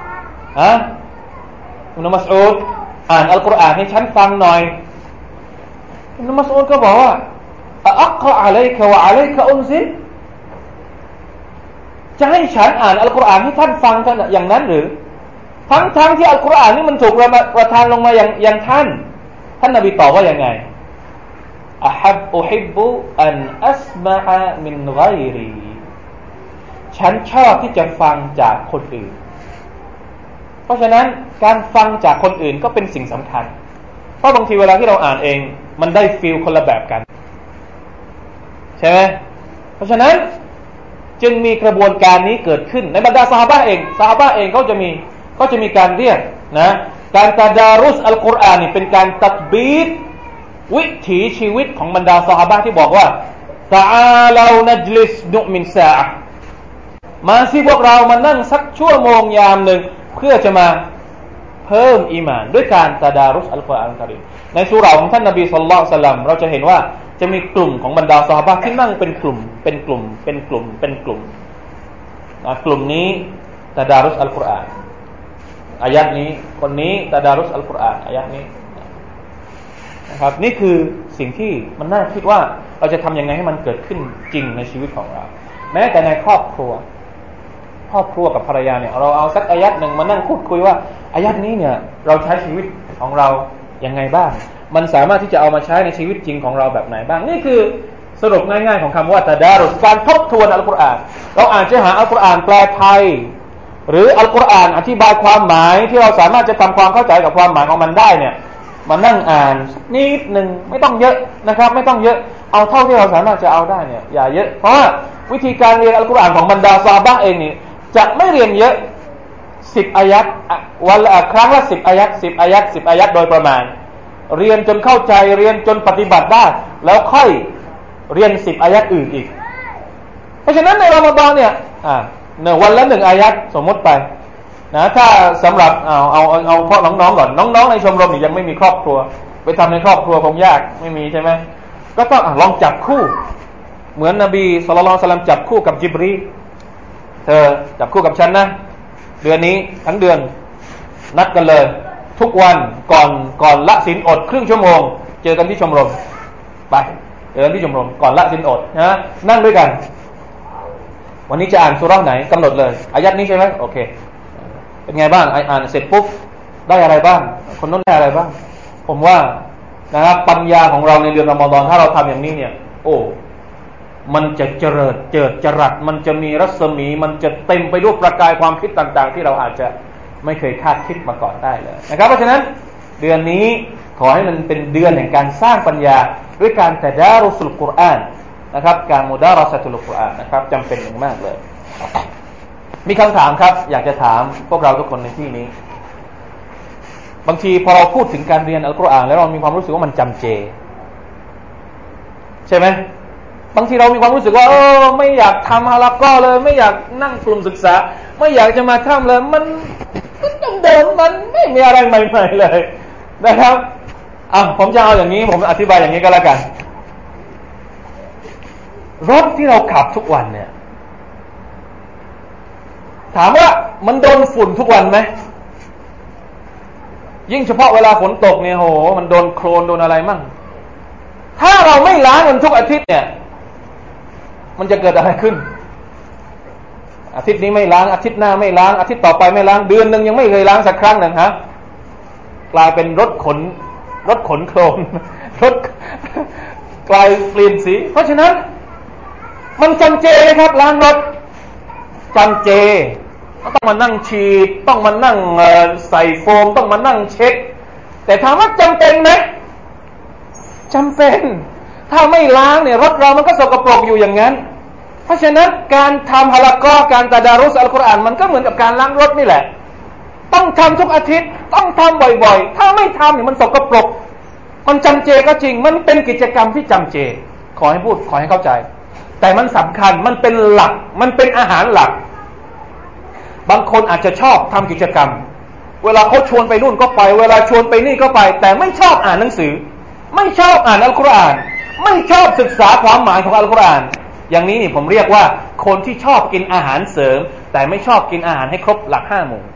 อิบนุมัสอูดอ่านอัลกุรอานให้ฉันฟังหน่อยอิบนุมัสอูดก็บอกว่าอักเราะอะลัยกะวะอะลัยกะอุนซิลจะให้ฉันอ่านอัลกุรอานให้ท่านฟังกันอย่างนั้นหรือทั้งที่อัลกุรอานนี่มันถูกประทานลงมาอย่างท่านนบีตอบว่ายังไงอุฮิบบุอันอัสมะอะมินฆอยรีฉันชอบที่จะฟังจากคนอื่นเพราะฉะนั้นการฟังจากคนอื่นก็เป็นสิ่งสำคัญเพราะบางทีเวลาที่เราอ่านเองมันได้ฟีลคนละแบบกันใช่ไหมเพราะฉะนั้นจึงมีกระบวนการนี้เกิดขึ้นในบรรดาซอฮาบะห์เองเขาจะมีการเรียกนะการตะดารุสอัลกุรอานนี่เป็นการตัตบีตวิถีชีวิตของบรรดาซอฮาบะห์ที่บอกว่าตะอาลานัจลิสนุมินซาอะห์มาสิพวกเรามานั่งสักชั่วโมงยามหนึ่งเพื่อจะมาเพิ่มอีหม่านด้วยการตะดารุสอัลกุรอานกะรีมในซูเราะห์ของท่านนบีศ็อลลัลลอฮุอะลัยฮิวะซัลลัมเราจะเห็นว่าจะมีกลุ่มของบรรดาซอฮาบะห์ที่นั่งเป็นกลุ่มกลุ่มนี้ตะดารุสอัลกุรอานอายะห์นี้คนนี้ตะดารุสอัลกุรอานอายะห์นี้นะครับนี่คือสิ่งที่มันน่าคิดว่าเราจะทำยังไงให้มันเกิดขึ้นจริงในชีวิตของเราแม้แต่ในครอบครัวกับภรรยาเนี่ยเราเอาสักอายะห์นึงมานั่งพูดคุยว่าอายะห์นี้เนี่ยเราใช้ชีวิตของเรายังไงบ้างมันสามารถที่จะเอามาใช้ในชีวิตจริงของเราแบบไหนบ้างนี่คือสรุปง่ายๆของคำว่าตะดารุสการทบทวนอัลกุรอานเราอาจจะหาอัลกุรอานแปลไทยหรืออัลกุรอานอธิบายความหมายที่เราสามารถจะทำความเข้าใจกับความหมายของมันได้เนี่ยมานั่งอ่านนิดนึงไม่ต้องเยอะนะครับไม่ต้องเยอะเอาเท่าที่เราสามารถจะเอาได้เนี่ยอย่าเยอะเพราะว่าวิธีการเรียนอัลกุรอานของบรรดาซอฮาบะห์เองนี่จะไม่เรียนเยอะ10อายัดวันละครั้งละ10อายัด10อายัดโดยประมาณเรียนจนเข้าใจเรียนจนปฏิบัติได้แล้วค่อยเรียน10อายัดอื่นอีกเพราะฉะนั้นในรอมฎอนเนี่ยวันละ1อายัดสมมติไปนะถ้าสำหรับเอาเพราะน้องๆก่อนน้องๆในชมรมยังไม่มีครอบครัวไปทำในครอบครัวคงยากไม่มีใช่ไหมก็ต้องลองจับคู่เหมือนนบีศ็อลลัลลอฮุอะลัยฮิวะซัลลัมจับคู่กับญิบรีลเธอจับคู่กับฉันนะเดือนนี้ทั้งเดือนนัดกันเลยทุกวันก่อนละศีลอดครึ่งชั่วโมงเจอกันที่ชมรมไปเจอกันที่ชมรมก่อนละศีลอดนะนั่งด้วยกันวันนี้จะอ่านซูเราะห์ไหนกำหนดเลยอายัดนี้ใช่ไหมโอเคเป็นไงบ้างอ่านเสร็จปุ๊บได้อะไรบ้างคนนั้นได้อะไรบ้างผมว่านะครับปัญญาของเราในเดือนรอมฎอนถ้าเราทำอย่างนี้เนี่ยโอ้มันจะเจิดจรัสมันจะมีรัศมีมันจะเต็มไปด้วยประกายความคิดต่างๆที่เราอาจจะไม่เคยคาดคิดมาก่อนได้เลยนะครับเพราะฉะนั้นเดือนนี้ขอให้มันเป็นเดือนแห่งการสร้างปัญญาด้วยการตะดารุสุลกุรอานนะครับการมุดาระซะตุลกุรอานนะครับจำเป็นอย่างมากเลยมีคำถามครับอยากจะถามพวกเราทุกคนในที่นี้บางทีพอเราพูดถึงการเรียนอัลกุรอานแล้วเรามีความรู้สึกว่ามันจำเจใช่ไหมบางทีเรามีความรู้สึกว่าไม่อยากทำฮาลาก็เลยไม่อยากนั่งกลุ่มศึกษาไม่อยากจะมาท่ามเลยมันเดิมมันไม่มีอะไรใหม่ๆเลยนะครับผมจะเอาอย่างนี้ผมอธิบายอย่างนี้ก็แล้วกันรถที่เราขับทุกวันเนี่ยถามว่ามันโดนฝุ่นทุกวันไหมยิ่งเฉพาะเวลาฝนตกเนี่ยโหมันโดนโคลนโดนอะไรมั่งถ้าเราไม่ล้างมันทุกอาทิตย์เนี่ยมันจะเกิดอะไรขึ้นอาทิตย์นี้ไม่ล้างอาทิตย์หน้าไม่ล้างอาทิตย์ต่อไปไม่ล้างเดือนนึงยังไม่เคยล้างสักครั้งนึงฮะกลายเป็นรถขนโคลนรถกลายเปลี่ยนสีเพราะฉะนั้นมันจำเจนะครับล้างรถจำเจต้องมานั่งฉีดต้องมานั่งใส่โฟมต้องมานั่งเช็ดแต่ถามว่าจำเป็นไหมจำเป็นถ้าไม่ล้างเนี่ยรถเรามันก็สกปรกอยู่อย่างนั้นเพราะฉะนั้นการทำฮะละกอการตะดารุสอัลกุรอานมันก็เหมือนกับการล้างรถนี่แหละต้องทำทุกอาทิตย์ต้องทำบ่อยๆถ้าไม่ทำเนี่ยมันสกปรกมันจำเจก็จริงมันเป็นกิจกรรมที่จำเจขอให้เข้าใจแต่มันสำคัญมันเป็นหลักมันเป็นอาหารหลักบางคนอาจจะชอบทำกิจกรรมเวลาเขาชวนไปนู่นก็ไปเวลาชวนไปนี่ก็ไปแต่ไม่ชอบอ่านหนังสือไม่ชอบอ่านอัลกุรอานไม่ชอบศึกษาความหมายของอัลกุรอานอย่างนี้นี่ผมเรียกว่าคนที่ชอบกินอาหารเสริมแต่ไม่ชอบกินอาหารให้ครบหลัก5 หมู่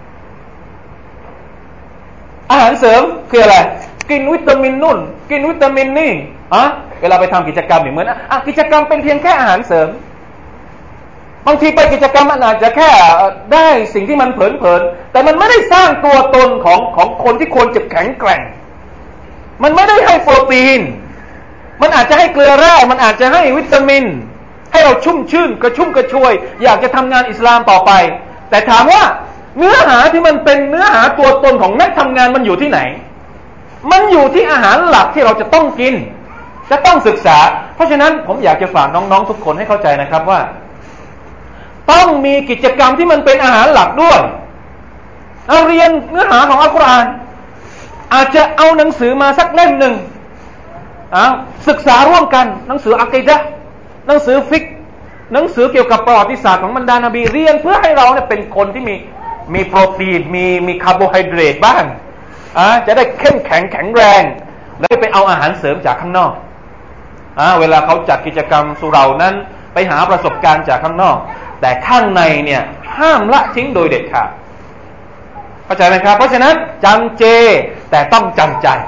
อาหารเสริมคืออะไรกินวิตามินนู่นกินวิตามินนี่เวลาไปทำกิจกรรมเหมือนกิจกรรมเป็นเพียงแค่อาหารเสริมบางทีไปกิจกรรมมันอาจจะแค่ได้สิ่งที่มันเผลอๆแต่มันไม่ได้สร้างตัวตนของคนที่ควรจะแข็งแกร่งมันไม่ได้ให้โปรตีนมันอาจจะให้เกลือแร่มันอาจจะให้วิตามินให้เราชุ่มชื่นกระชุ่มกระชวยอยากจะทำงานอิสลามต่อไปแต่ถามว่าเนื้อหาที่มันเป็นเนื้อหาตัวตนของนักทำงานมันอยู่ที่ไหนมันอยู่ที่อาหารหลักที่เราจะต้องกินจะต้องศึกษาเพราะฉะนั้นผมอยากจะฝากน้องๆทุกคนให้เข้าใจนะครับว่าต้องมีกิจกรรมที่มันเป็นอาหารหลักด้วยเราเรียนเนื้อหาของอัลกุรอานอาจจะเอาหนังสือมาสักเล่มหนึ่งศึกษาร่วมกันหนังสืออะกีดะห์หนังสือฟิกหนังสือเกี่ยวกับประวัติศาสตร์ของบรรดานบีเรียนเพื่อให้เราเนี่ยเป็นคนที่มีโปรตีนมีคาร์โบไฮเดรตบ้างจะได้เข้มแข็งแข็งแรงแล้วไปเอาอาหารเสริมจากข้างนอกเวลาเขาจัดกิจกรรมสุเรานั้นไปหาประสบการณ์จากข้างนอกแต่ข้างในเนี่ยห้ามละทิ้งโดยเด็ดขาดเข้าใจไหมครับเพราะฉะนั้นจำเจแต่ต้องจำใจ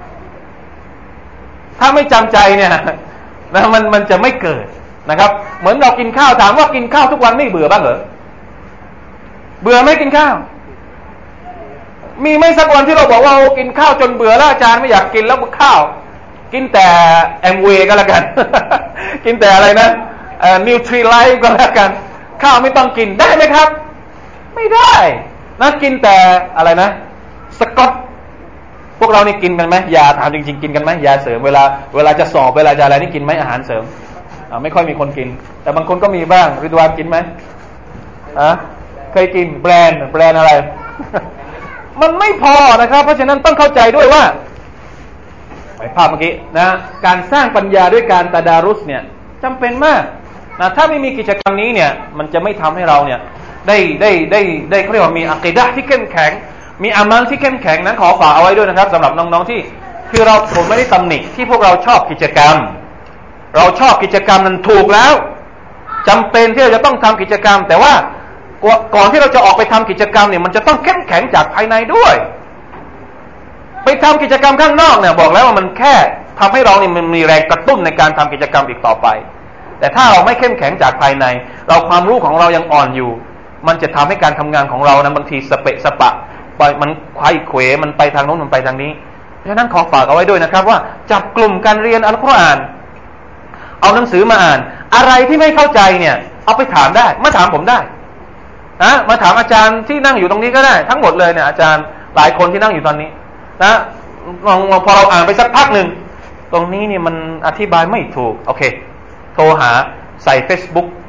ถ้าไม่จำใจเนี่ยมันจะไม่เกิดนะครับเหมือนเรากินข้าวถามว่ากินข้าวทุกวันไม่เบื่อบ้างเหรอเบื่อไหมกินข้าวมีไหมสักวันที่เราบอกว่ากินข้าวจนเบื่อแล้วอาจารย์ไม่อยากกินแล้วข้าวกินแต่แอมเวย์ก็แล้วกัน กินแต่อะไรนะนิวทรีไลท์ก็แล้วกันข้าวไม่ต้องกินได้ไหมครับไม่ได้นะกินแต่อะไรนะสกอตพวกเรานี่กินกันไหมยาถามจริงๆกินกันไหมยาเสริมเวลาจะสอบเวลาจะอะไรนี่กินไหมอาหารเสริมไม่ค่อยมีคนกินแต่บางคนก็มีบ้างริดวานกินไหมเคยกินแบรนด์อะไร มันไม่พอนะครับเพราะฉะนั้นต้องเข้าใจด้วยว่าไปภาพเมื่อกี้นะการสร้างปัญญาด้วยการตะดารุสเนี่ยจำเป็นมากนะถ้าไม่มีกิจกรรมนี้เนี่ยมันจะไม่ทำให้เราเนี่ยได้เขาเรียกว่ามีอะกีดะห์ที่เข้มแข็งมีอามัลที่เข้มแข็งนั้นขอฝากเอาไว้ด้วยนะครับสำหรับน้องๆที่คือผมไม่ได้ตำหนิที่พวกเราชอบกิจกรรมเราชอบกิจกรรมนั้นถูกแล้วจำเป็นที่เราจะต้องทำกิจกรรมแต่ว่าก่อนที่เราจะออกไปทำกิจกรรมเนี่ยมันจะต้องเข้มแข็งจากภายในด้วยไปทำกิจกรรมข้างนอกเนี่ยบอกแล้วว่ามันแค่ทำให้เราเนี่ยมันมีแรงกระตุ้นในการทำกิจกรรมอีกต่อไปแต่ถ้าเราไม่เข้มแข็งจากภายในเราความรู้ของเรายังอ่อนอยู่มันจะทำให้การทำงานของเรานั้นบางทีสเปะสปะมันไขว้เขวมันไปทางโน้นมันไปทางนี้เพราะฉะนั้นขอฝากเอาไว้ด้วยนะครับว่าจับกลุ่มการเรียนอัลกุรอานเอาหนังสือมาอ่านอะไรที่ไม่เข้าใจเนี่ยเอาไปถามได้มาถามผมได้มาถามอาจารย์ที่นั่งอยู่ตรงนี้ก็ได้ทั้งหมดเลยเนี่ยอาจารย์หลายคนที่นั่งอยู่ตอนนี้นะพอเราอ่านไปสักพักหนึ่งตรงนี้เนี่ยมันอธิบายไม่ถูกโอเคโทรหาใส่ Facebook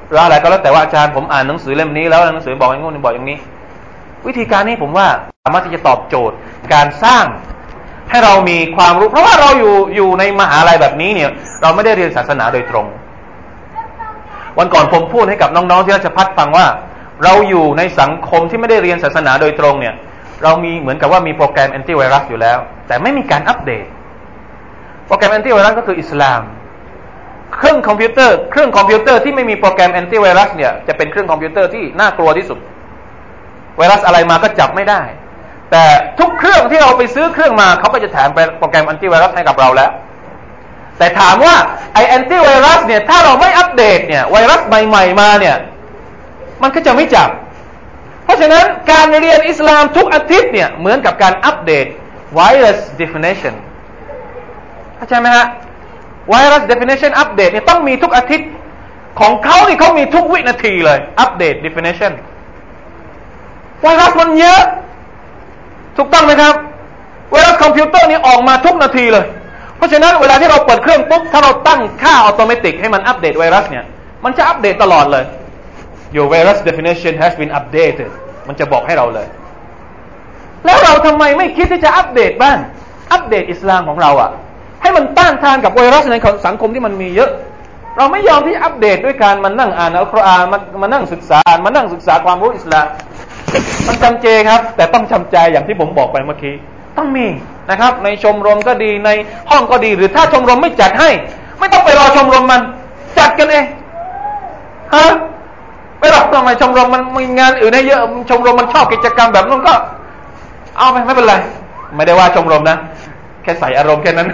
หรืออะไรก็แล้วแต่ว่าอาจารย์ผมอ่านหนังสือเล่มนี้แล้วหนังสือบอกอย่างงู้นบอกอย่างนี้วิธีการนี้ผมว่าสามารถที่จะตอบโจทย์การสร้างให้เรามีความรู้เพราะว่าเราอยู่ในมหาลัยแบบนี้เนี่ยเราไม่ได้เรียนศาสนาโดยตรงวันก่อนผมพูดให้กับน้องๆที่ราชภัฏฟังว่าเราอยู่ในสังคมที่ไม่ได้เรียนศาสนาโดยตรงเนี่ยเรามีเหมือนกับว่ามีโปรแกรมแอนตี้ไวรัสอยู่แล้วแต่ไม่มีการอัปเดตโปรแกรมแอนตี้ไวรัสก็คืออิสลามเครื่องคอมพิวเตอร์ที่ไม่มีโปรแกรมแอนตี้ไวรัสเนี่ยจะเป็นเครื่องคอมพิวเตอร์ที่น่ากลัวที่สุดไวรัสอะไรมาก็จับไม่ได้แต่ทุกเครื่องที่เราไปซื้อเครื่องมาเขาก็จะแถมโปรแกรมแอนตี้ไวรัสให้กับเราแล้วแต่ถามว่าไอแอนตี้ไวรัสเนี่ยถ้าเราไม่อัปเดตเนี่ยไวรัสใหม่ๆมาเนี่ยมันก็จะไม่จับเพราะฉะนั้นการเรียนอิสลามทุกอาทิตย์เนี่ยเหมือนกับการอัปเดต virus definition เข้าใจไหมฮะ virus definition อัปเดตเนี่ยต้องมีทุกอาทิตย์ของเขานี่เขามีทุกวินาทีเลยอัปเดต definition ไวรัสมันเยอะถูกต้องไหมครับไวรัสคอมพิวเตอร์นี่ออกมาทุกนาทีเลยเพราะฉะนั้นเวลาที่เราเปิดเครื่องปุ๊บถ้าเราตั้งค่าอัตโนมัติให้มันอัปเดตไวรัสเนี่ยมันจะอัปเดตตลอดเลย Your virus definition has been updated มันจะบอกให้เราเลยแล้วเราทำไมไม่คิดที่จะอัปเดตบ้างอัปเดตอิสลามของเราอ่ะให้มันต้านทานกับไวรัสในสังคมที่มันมีเยอะเราไม่ยอมที่อัปเดตด้วยการมานั่งอ่านอัลกุรอานมานั่งศึกษาความรู้อิสลามมันจำเจครับแต่ต้องจำใจอย่างที่ผมบอกไปเมื่อกี้ต้องมีนะครับในชมรมก็ดีในห้องก็ดีหรือถ้าชมรมไม่จัดให้ไม่ต้องไปรอชมรมมันจัดกันเองฮะไปรอทำไมชมรมมันมีงานอื่นให้เยอะชมรมมันชอบกิจกรรมแบบนั้นก็เอาไปไม่เป็นไรไม่ได้ว่าชมรมนะแค่ใส่อารมณ์แค่นั้น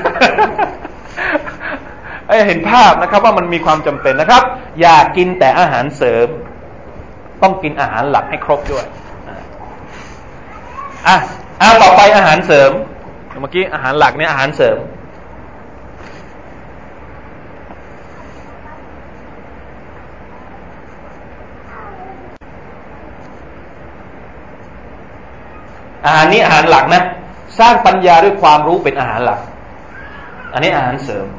เห็นภาพนะครับว่ามันมีความจำเป็นนะครับอย่ากินแต่อาหารเสริมต้องกินอาหารหลักให้ครบด้วยต่อไปอาหารเสริมเมื่อกี้อาหารหลักเนี่ยอาหารเสริมอาหารนี้อาหารหลักนะสร้างปัญญาด้วยความรู้เป็นอาหารหลักอันนี้อาหารเสริม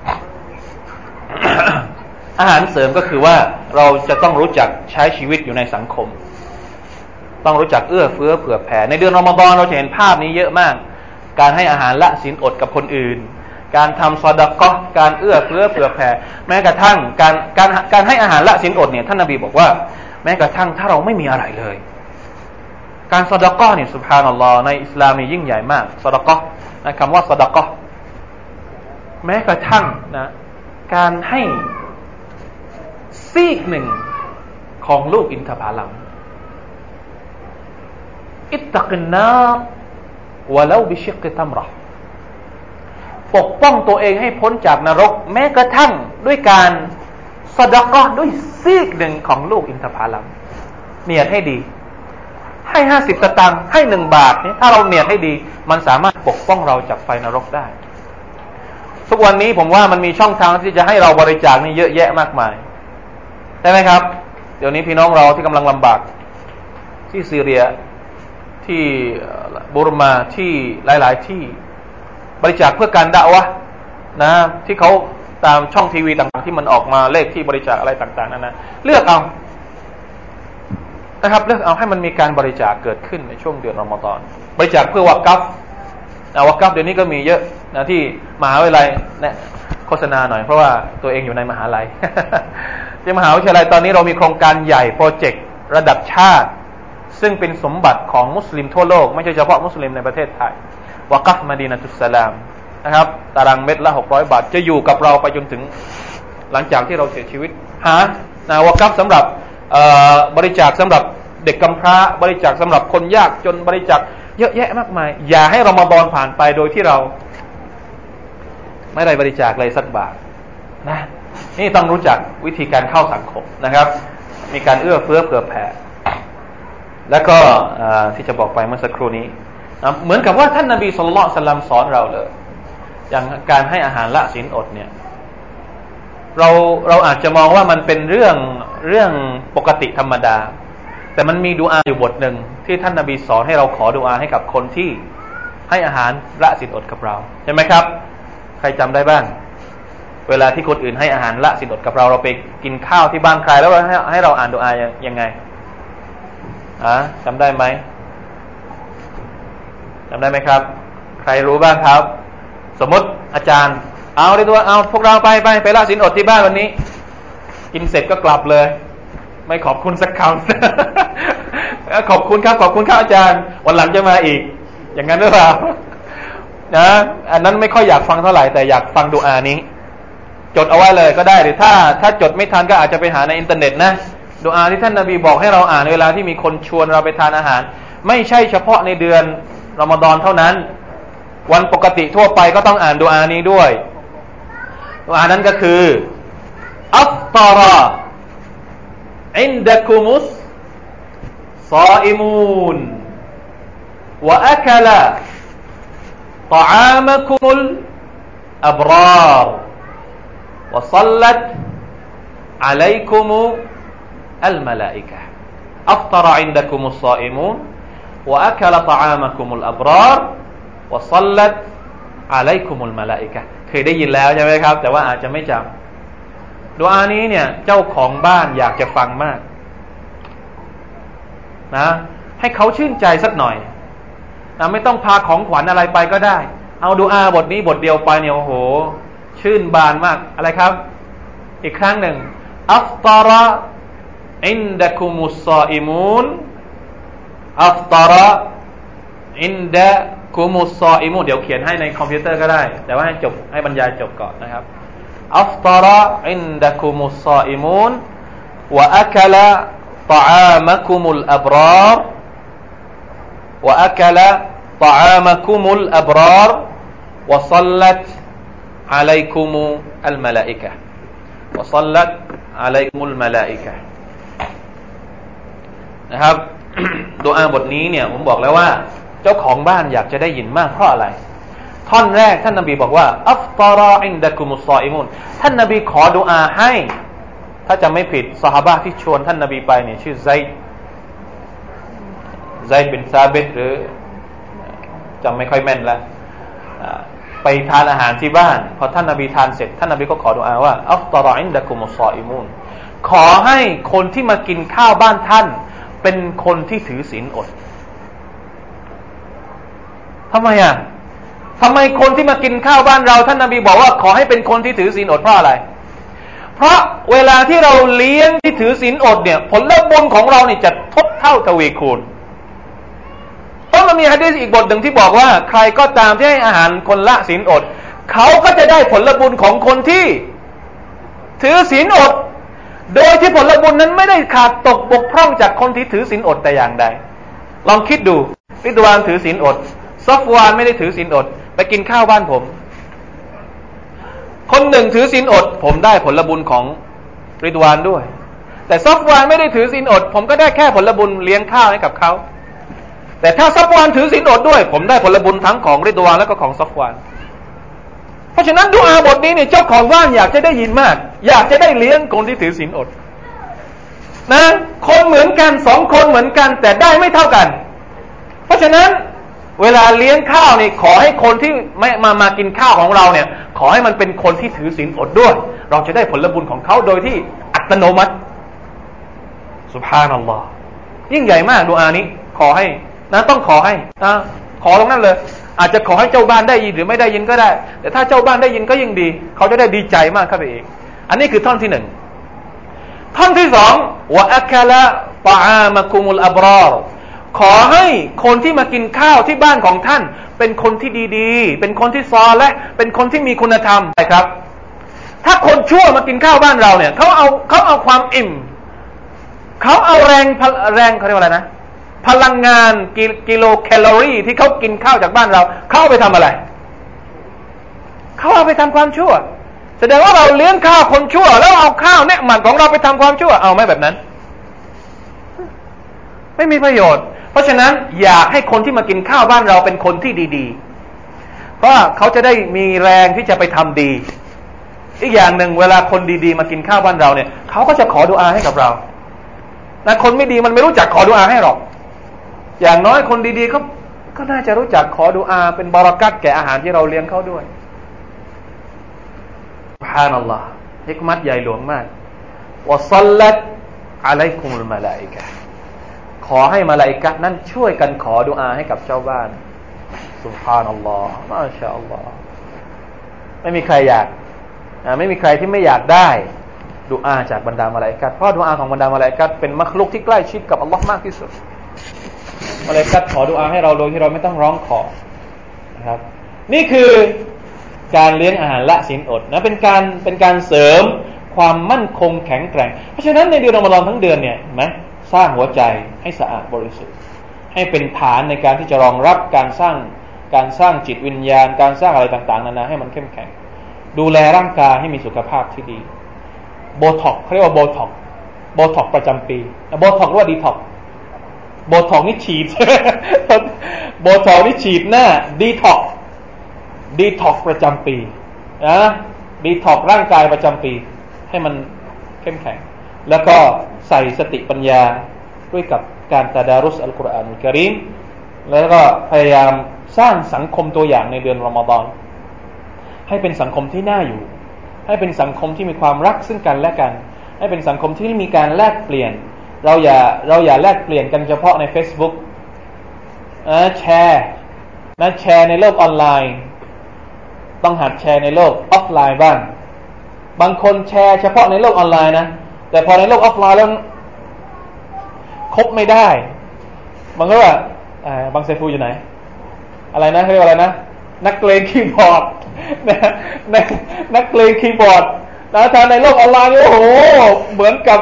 อาหารเสริมก็คือว่าเราจะต้องรู้จักใช้ชีวิตอยู่ในสังคมต้องรู้จักเอื้อเฟื้อเผื่อแผ่ในเดือนรอมฎอนเราจะเห็นภาพนี้เยอะมากการให้อาหารละศีลอดกับคนอื่นการทำซอดาเกาะห์การเอื้อเฟื้อเผื่อแผ่แม้กระทั่งการให้อาหารละศีลอดเนี่ยท่านนบีบอกว่าแม้กระทั่งถ้าเราไม่มีอะไรเลยการซอดาเกาะห์เนี่ยซุบฮานัลลอฮ์ในอิสลามนี่ยิ่งใหญ่มากซอดาเกาะห์นะคำว่าซอดาเกาะห์แม้กระทั่งนะการให้ซีกหนึ่งของลูกอินทผลัมอิตตักินนารวะลาบิชิกตัมเราะห์ปกป้องตัวเองให้พ้นจากนรกแม้กระทั่งด้วยการซอดาเกาะห์ด้วยซีกหนึ่งของลูกอินทผลัมเนียดให้ดีให้50 สตางค์ให้1 บาทนี่ถ้าเราเนียดให้ดีมันสามารถปกป้องเราจากไฟนรกได้ทุกวันนี้ผมว่ามันมีช่องทางที่จะให้เราบริจาคนี่เยอะแยะมากมายใช่ไหมครับเดี๋ยวนี้พี่น้องเราที่กำลังลำบากที่ซีเรียที่บูรมาที่หลายๆที่บริจาคเพื่อการดะวะห์นะที่เขาตามช่องทีวีต่างๆที่มันออกมาเลขที่บริจาคอะไรต่างๆนั่นนะเลือกเอานะครับเลือกเอาให้มันมีการบริจาคเกิดขึ้นในช่วงเดือนรอมฎอนบริจาคเพื่อวะกัฟวะกัฟเดี๋ยวนี้ก็มีเยอะนะที่มหาวิทยาลัยเนี่ยโฆษณาหน่อยเพราะว่าตัวเองอยู่ในมหาลัย ที่มหาวิทยาลัยตอนนี้เรามีโครงการใหญ่โปรเจกต์ระดับชาติซึ่งเป็นสมบัติของมุสลิมทั่วโลกไม่ใช่เฉพาะมุสลิมในประเทศไทยวะกัฟมะดีนะตุสสลามนะครับตารางเมตรละ600 บาทจะอยู่กับเราไปจนถึงหลังจากที่เราเสียชีวิตวะกัฟสำหรับบริจาคสำหรับเด็กกำพร้าบริจาคสำหรับคนยากจนบริจาคเยอะแยะมากมายอย่าให้รอมฎอนผ่านไปโดยที่เราไม่ได้บริจาคเลยสักบาทนะนี่ต้องรู้จักวิธีการเข้าสังคมนะครับมีการเอื้อเฟื้อเผื่อแผ่แล้วก็ที่จะบอกไปเมื่อสักครู่นี้เหมือนกับว่าท่านนบีศ็อลลัลลอฮุอะลัยฮิวะซัลลัมสอนเราเลยอย่างการให้อาหารละศีลอดเนี่ยเราอาจจะมองว่ามันเป็นเรื่องปกติธรรมดาแต่มันมีดุอาอยู่บทหนึ่งที่ท่านนบีสอนให้เราขอดุอาให้กับคนที่ให้อาหารละศีลอดกับเราใช่ไหมครับใครจำได้บ้างเวลาที่คนอื่นให้อาหารละสินอดกับเราไปกินข้าวที่บ้านใครแล้วให้เราอ่านดุอายังไงจำได้ไหมจำได้ไหมครับใครรู้บ้างครับสมมติอาจารย์เอาดิตัวเอาพวกเราไปละสินอดที่บ้านวันนี้กินเสร็จก็กลับเลยไม่ขอบคุณสักคำ ขอบคุณครับอาจารย์วันหลังจะมาอีกอย่างนั้นหรือเปล่านะอันนั้นไม่ค่อยอยากฟังเท่าไหร่แต่อยากฟังดุอานี้จดเอาไว้เลยก็ได้หรือถ้าจดไม่ทันก็อาจจะไปหาในอินเทอร์เน็ตนะดุอาที่ท่านนบีบอกให้เราอ่านเวลาที่มีคนชวนเราไปทานอาหารไม่ใช่เฉพาะในเดือนรอมฎอนเท่านั้นวันปกติทั่วไปก็ต้องอ่านดุอานี้ด้วยดุอานั้นก็คืออัฟตาระอินดะกุมุสซาอิมูนวะอะกะละطعامكم الأبرار وصلت عليكم الملائكة أفطر عندكم الصائمون وأكل طعامكم الأبرار وصلت عليكم الملائكة เคยได้ยินแล้วใช่ไหมครับแต่ว่าอาจจะไม่จำดุอานี้เนี่ยเจ้าของบ้านอยากจะฟังมากนะให้เขาชื่นใจสักหน่อยไม่ต้องพาของขวัญอะไรไปก็ได้เอาดุอาบทนี้บทเดียวไปเนี่ยโอ้โหชื่นบานมากอะไรครับอีกครั้งหนึ่งอัฟตาระอินดะกุมุสซาอิมูนอัฟตาระอินดะกุมุสซาอิมูนเดี๋ยวเขียนให้ในคอมพิวเตอร์ก็ได้แต่ว่าให้บรรยายจบก่อนนะครับอัฟตาระอินดะกุมุสซาอิมูนวะอะกะละตะอามักุมุลอับรารوأكل طعامكم الأبرار وصلت عليكم الملائكة وصلت عليكم الملائكة นะครับ ดุอาบทนี้เนี่ยผมบอกแล้วว่าเจ้าของบ้านอยากจะได้ยินมากเพราะอะไรท่อนแรกท่านนบีบอกว่าอัฟตาระอินดะกุมุสซาอิมูนท่านนบีขอดุอาให้ถ้าจำไม่ผิดซอฮาบะห์ที่ชวนท่านนบีไปเนี่ยชื่อไซด์เป็นซาบิตหรือจำไม่ค่อยแม่นแล้วไปทานอาหารที่บ้านพอท่านนบีทานเสร็จท่านนบีก็ขอดุอาว่าอัฟตาระอินดะกุมุสซาอิมูนขอให้คนที่มากินข้าวบ้านท่านเป็นคนที่ถือศีลอดทำไมทำไมคนที่มากินข้าวบ้านเราท่านนบีบอกว่าขอให้เป็นคนที่ถือศีลอดเพราะอะไรเพราะเวลาที่เราเลี้ยงที่ถือศีลอดเนี่ยผลบุญของเราเนี่ยจะทบเท่าทวีคูณเพราะมันมีหะดีษอีกบทหนึ่งที่บอกว่าใครก็ตามที่ให้อาหารคนละศีลอดเขาก็จะได้ผลบุญของคนที่ถือศีลอดโดยที่ผลบุญนั้นไม่ได้ขาดตกบกพร่องจากคนที่ถือศีลอดแต่อย่างใดลองคิดดูริดวานถือศีลอดซอฟวานไม่ได้ถือศีลอดไปกินข้าวบ้านผมคนหนึ่งถือศีลอดผมได้ผลบุญของริดวานด้วยแต่ซอฟวานไม่ได้ถือศีลอดผมก็ได้แค่ผลบุญเลี้ยงข้าวให้กับเขาแต่ถ้าซอฟวานถือศีลอดด้วยผมได้ผลบุญทั้งของริดวานและก็ของซอฟวานเพราะฉะนั้นดุอาบทนี้เนี่ยเจ้าของบ้านอยากจะได้ยินมากอยากจะได้เลี้ยงคนที่ถือศีลอดนะคนเหมือนกันสองคนเหมือนกันแต่ได้ไม่เท่ากันเพราะฉะนั้นเวลาเลี้ยงข้าวนี่ขอให้คนที่ไม่มากินข้าวของเราเนี่ยขอให้มันเป็นคนที่ถือศีลอดด้วยเราจะได้ผลบุญของเขาโดยที่อัตโนมัติซุบฮานัลลอฮ์ยิ่งใหญ่มากดุอานี้ขอให้นะต้องขอให้นะขอตรงนั้นเลยอาจจะขอให้เจ้าบ้านได้ยินหรือไม่ได้ยินก็ได้แต่ถ้าเจ้าบ้านได้ยินก็ยิ่งดีเขาจะได้ดีใจมากเข้าไปเองอันนี้คือท่อนที่หนึ่งท่อนที่สองวะอะกะละตะอามักุมุลอับรารขอให้คนที่มากินข้าวที่บ้านของท่านเป็นคนที่ดีๆเป็นคนที่ซอและเป็นคนที่มีคุณธรรมใช่ครับถ้าคนชั่วมากินข้าวบ้านเราเนี่ยเขาเอาความอิ่มเขาเอาแรงเขาเรียกว่าอะไรนะพลังงานกิโลแคลอรี่ที่เขากินข้าวจากบ้านเราเขาเอาไปทำอะไรเขาเอาไปทำความชั่วแสดงว่าเราเลี้ยงข้าวคนชั่วแล้วเอาข้าวเนี่ยหมันของเราไปทำความชั่วเอาไหมแบบนั้นไม่มีประโยชน์เพราะฉะนั้นอยากให้คนที่มากินข้าวบ้านเราเป็นคนที่ดีๆเพราะเขาจะได้มีแรงที่จะไปทำดีอีกอย่างหนึ่งเวลาคนดีๆมากินข้าวบ้านเราเนี่ยเขาก็จะขอดุอาให้กับเราแต่คนไม่ดีมันไม่รู้จักขอดุอาให้หรอกอย่างน้อยคนดีๆก็น่าจะรู้จักขอดุอาเป็นบารอกัตแก่อาหารที่เราเลี้ยงเขาด้วย سبحان الله ฮิกมัตใหญ่หลวงมากวะซัลลัตอะลัยกุมุลมะลาอิกะฮ์ขอให้มลาอิกะฮ์นั้นช่วยกันขอดุอาให้กับชาวบ้านซุบฮานัลลอฮ์มาชาอัลลอฮ์ไม่มีใครอยากไม่มีใครที่ไม่อยากได้ดุอาจากบรรดามลาอิกะฮ์เพราะดุอาของบรรดามลาอิกะฮ์เป็นมัคลุกที่ใกล้ชิดกับอัลลอฮ์มากที่สุดมลาอิกะฮ์ขอดุอาให้เราโดยที่เราไม่ต้องร้องขอนะครับนี่คือการเลี้ยงอาหารละศีลอดนะเป็นการเสริมความมั่นคงแข็งแกร่งเพราะฉะนั้นในเดือนรอมฎอนทั้งเดือนเนี่ยเห็นไหมสร้างหัวใจให้สะอาดบริสุทธิ์ให้เป็นฐานในการที่จะรองรับการสร้างจิตวิญญาณการสร้างอะไรต่างๆนานาให้มันเข้มแข็งดูแลร่างกายให้มีสุขภาพที่ดีโบท็อกเขาเรียกว่าโบท็อกประจำปีโบท็อกหรือว่าดีท็อกโบท็อกนี่ฉีดโบท็อกนี่ฉีดหน้าดีท็อกประจำปีนะดีท็อกร่างกายประจำปีให้มันเข้มแข็งแล้วก็ใส่สติปัญญาด้วยกับการตะดารุสอัลกุรอานอัลกะรีมแล้วก็พยายามสร้างสังคมตัวอย่างในเดือนรอมฎอนให้เป็นสังคมที่น่าอยู่ให้เป็นสังคมที่มีความรักซึ่งกันและกันให้เป็นสังคมที่มีการแลกเปลี่ยนเราอย่าแลกเปลี่ยนกันเฉพาะใน Facebook แชร์ในโลกออนไลน์ต้องหัดแชร์ในโลกออฟไลน์บ้างบางคนแชร์เฉพาะในโลกออนไลน์นะแต่พอในโลกออฟไลน์แล้วคบไม่ได้บางก็ว่าบางไซฟูอยู่ไหนอะไรนะเขาเรียกว่าอะไรนะนักเลงคีย์บอร์ดนักเลงคีย์บอร์ดแล้วถ้าในโลกออนไลน์โอ้โหเหมือนกับ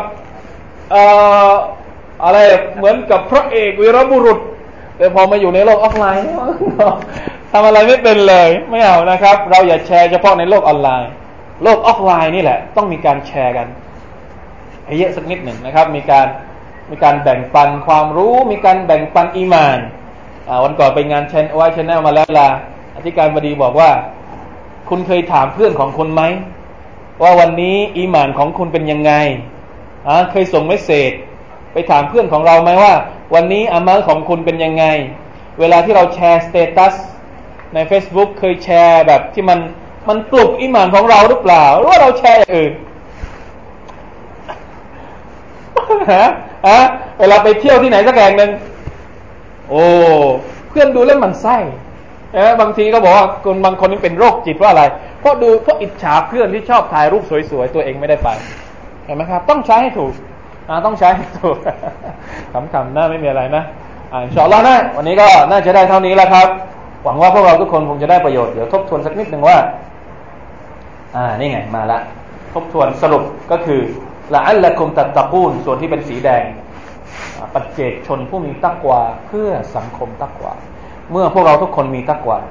อะไรเหมือนกับพระเอกวีรบุรุษแต่พอมาอยู่ในโลกออฟไลน์ทำอะไรไม่เป็นเลยไม่เอานะครับเราอย่าแชร์เฉพาะในโลกออนไลน์โลกออฟไลน์นี่แหละต้องมีการแชร์กันให้เยอะสักนิดหนึ่งนะครับมีการแบ่งปันความรู้มีการแบ่งปันอีหม่านวันก่อนไปงานชแนลมาแล้วล่ะอธิการบดีบอกว่าคุณเคยถามเพื่อนของคุณไหมว่าวันนี้อีหม่านของคุณเป็นยังไงเคยส่งเมสเสจไปถามเพื่อนของเราไหมว่าวันนี้อามัลของคุณเป็นยังไงเวลาที่เราแชร์สเตตัสใน Facebook เคยแชร์แบบที่มันปลุกอีหม่านของเราหรือเปล่าหรือว่าเราแชร์อย่างอื่นเวลาไปเที่ยวที่ไหนสักแห่งนึงโอ้เพื่อนดูแล้วมันไส้บางทีก็บอกว่าคนบางคนนี่เป็นโรคจิตว่าอะไรเพราะอิจฉาเพื่อนที่ชอบถ่ายรูปสวยๆตัวเองไม่ได้ไปเห็นไหมครับต้องใช้ให้ถูกต้องใช้ให้ถูกคำๆน่าไม่มีอะไรนะอินชาอัลลอฮ์นะวันนี้ก็น่าจะได้เท่านี้แล้วครับหวังว่าพวกเราทุกคนคงจะได้ประโยชน์เดี๋ยวทบทวนสักนิดนึงว่านี่ไงมาละทบทวนสรุปก็คือละอัลละกุมตัตตะกูนส่วนที่เป็นสีแดงปัจเจกชนผู้มีตักวาเพื่อสังคมตักวาเมื่อพวกเราทุกคนมีตักวา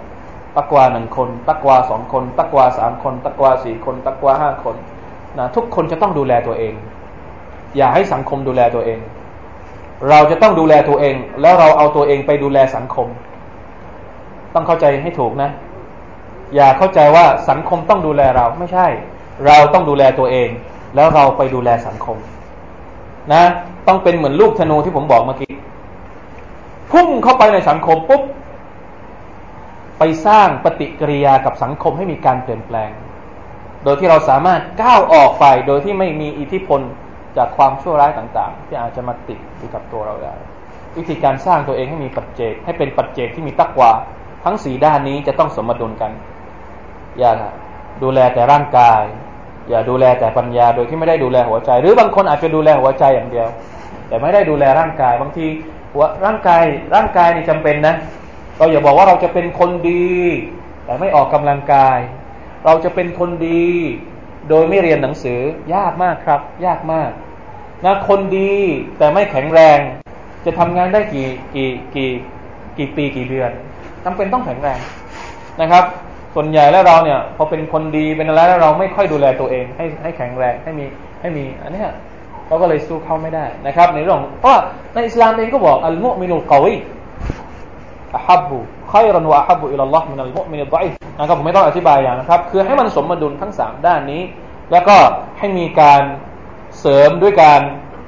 1คนตักวา2คนตักวา3คนตักวา4คนตักวา5คนนะทุกคนจะต้องดูแลตัวเองอย่าให้สังคมดูแลตัวเองเราจะต้องดูแลตัวเองแล้วเราเอาตัวเองไปดูแลสังคมต้องเข้าใจให้ถูกนะอย่าเข้าใจว่าสังคมต้องดูแลเราไม่ใช่เราต้องดูแลตัวเองแล้วเราไปดูแลสังคมนะต้องเป็นเหมือนลูกธนูที่ผมบอกเมื่อกี้พุ่งเข้าไปในสังคมปุ๊บไปสร้างปฏิกิริยากับสังคมให้มีการเปลี่ยนแปลงโดยที่เราสามารถก้าวออกไปโดยที่ไม่มีอิทธิพลจากความชั่วร้ายต่างๆที่อาจจะมาติดอยู่กับตัวเราได้วิธีการสร้างตัวเองให้มีปัจเจกให้เป็นปัจเจกที่มีตักวาทั้ง4ด้านนี้จะต้องสมดุลกันอย่าดูแลแต่ร่างกายอย่าดูแลแต่ปัญญาโดยที่ไม่ได้ดูแลหัวใจหรือบางคนอาจจะดูแลหัวใจอย่างเดียวแต่ไม่ได้ดูแลร่างกายบางทีร่างกายนี่จำเป็นนะเราอย่าบอกว่าเราจะเป็นคนดีแต่ไม่ออกกำลังกายเราจะเป็นคนดีโดยไม่เรียนหนังสือยากมากครับยากมากนะคนดีแต่ไม่แข็งแรงจะทำงานได้กี่ปีกี่เดือนจำเป็นต้องแข็งแรงนะครับส่วนใหญ่แล้วเราเนี่ยพอเป็นคนดีเป็นอะไรแล้วเราไม่ค่อยดูแลตัวเองให้แข็งแรงให้มีอันนี้เราก็เลยสู้เขาไม่ได้นะครับในเรื่องเพราะในอิสลามเองก็บอกอัลมุอ์มินุลกอวีอะฮับบุค็อยรันวะอะฮับบุอิลลัลลอฮ์มินัลมุอ์มินิฎออีฟนะครับผมไม่ต้องอธิบายอย่างนะครับคือให้มันสมดุลทั้ง3ด้านนี้แล้วก็ให้มีการเสริมด้วยการ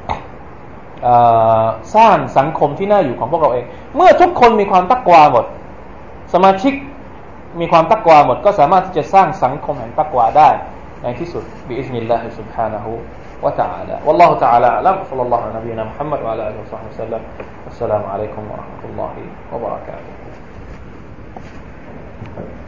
สร้างสังคมที่น่าอยู่ของพวกเราเองเมื่อทุกคนมีความตักวาหมดสมาชิกมีความตักวาหมดก็สามารถที่จะสร้างสังคมแห่งตักวาได้ในที่สุดบิอิซนิลลาฮิซุบฮานะฮูวะตะอาลาวัลลอฮุตะอาลาอะลัมศ็อลลัลลอฮุอะลัยฮิวะซัลลัมมุฮัมมัดวะอะลาอาลิฮิวะศ็อฮบิฮิวะซัลลัมอัสสลามุอะลัยกุมวะเราะห์มะตุลลอฮิวะบะเราะกาตุฮุ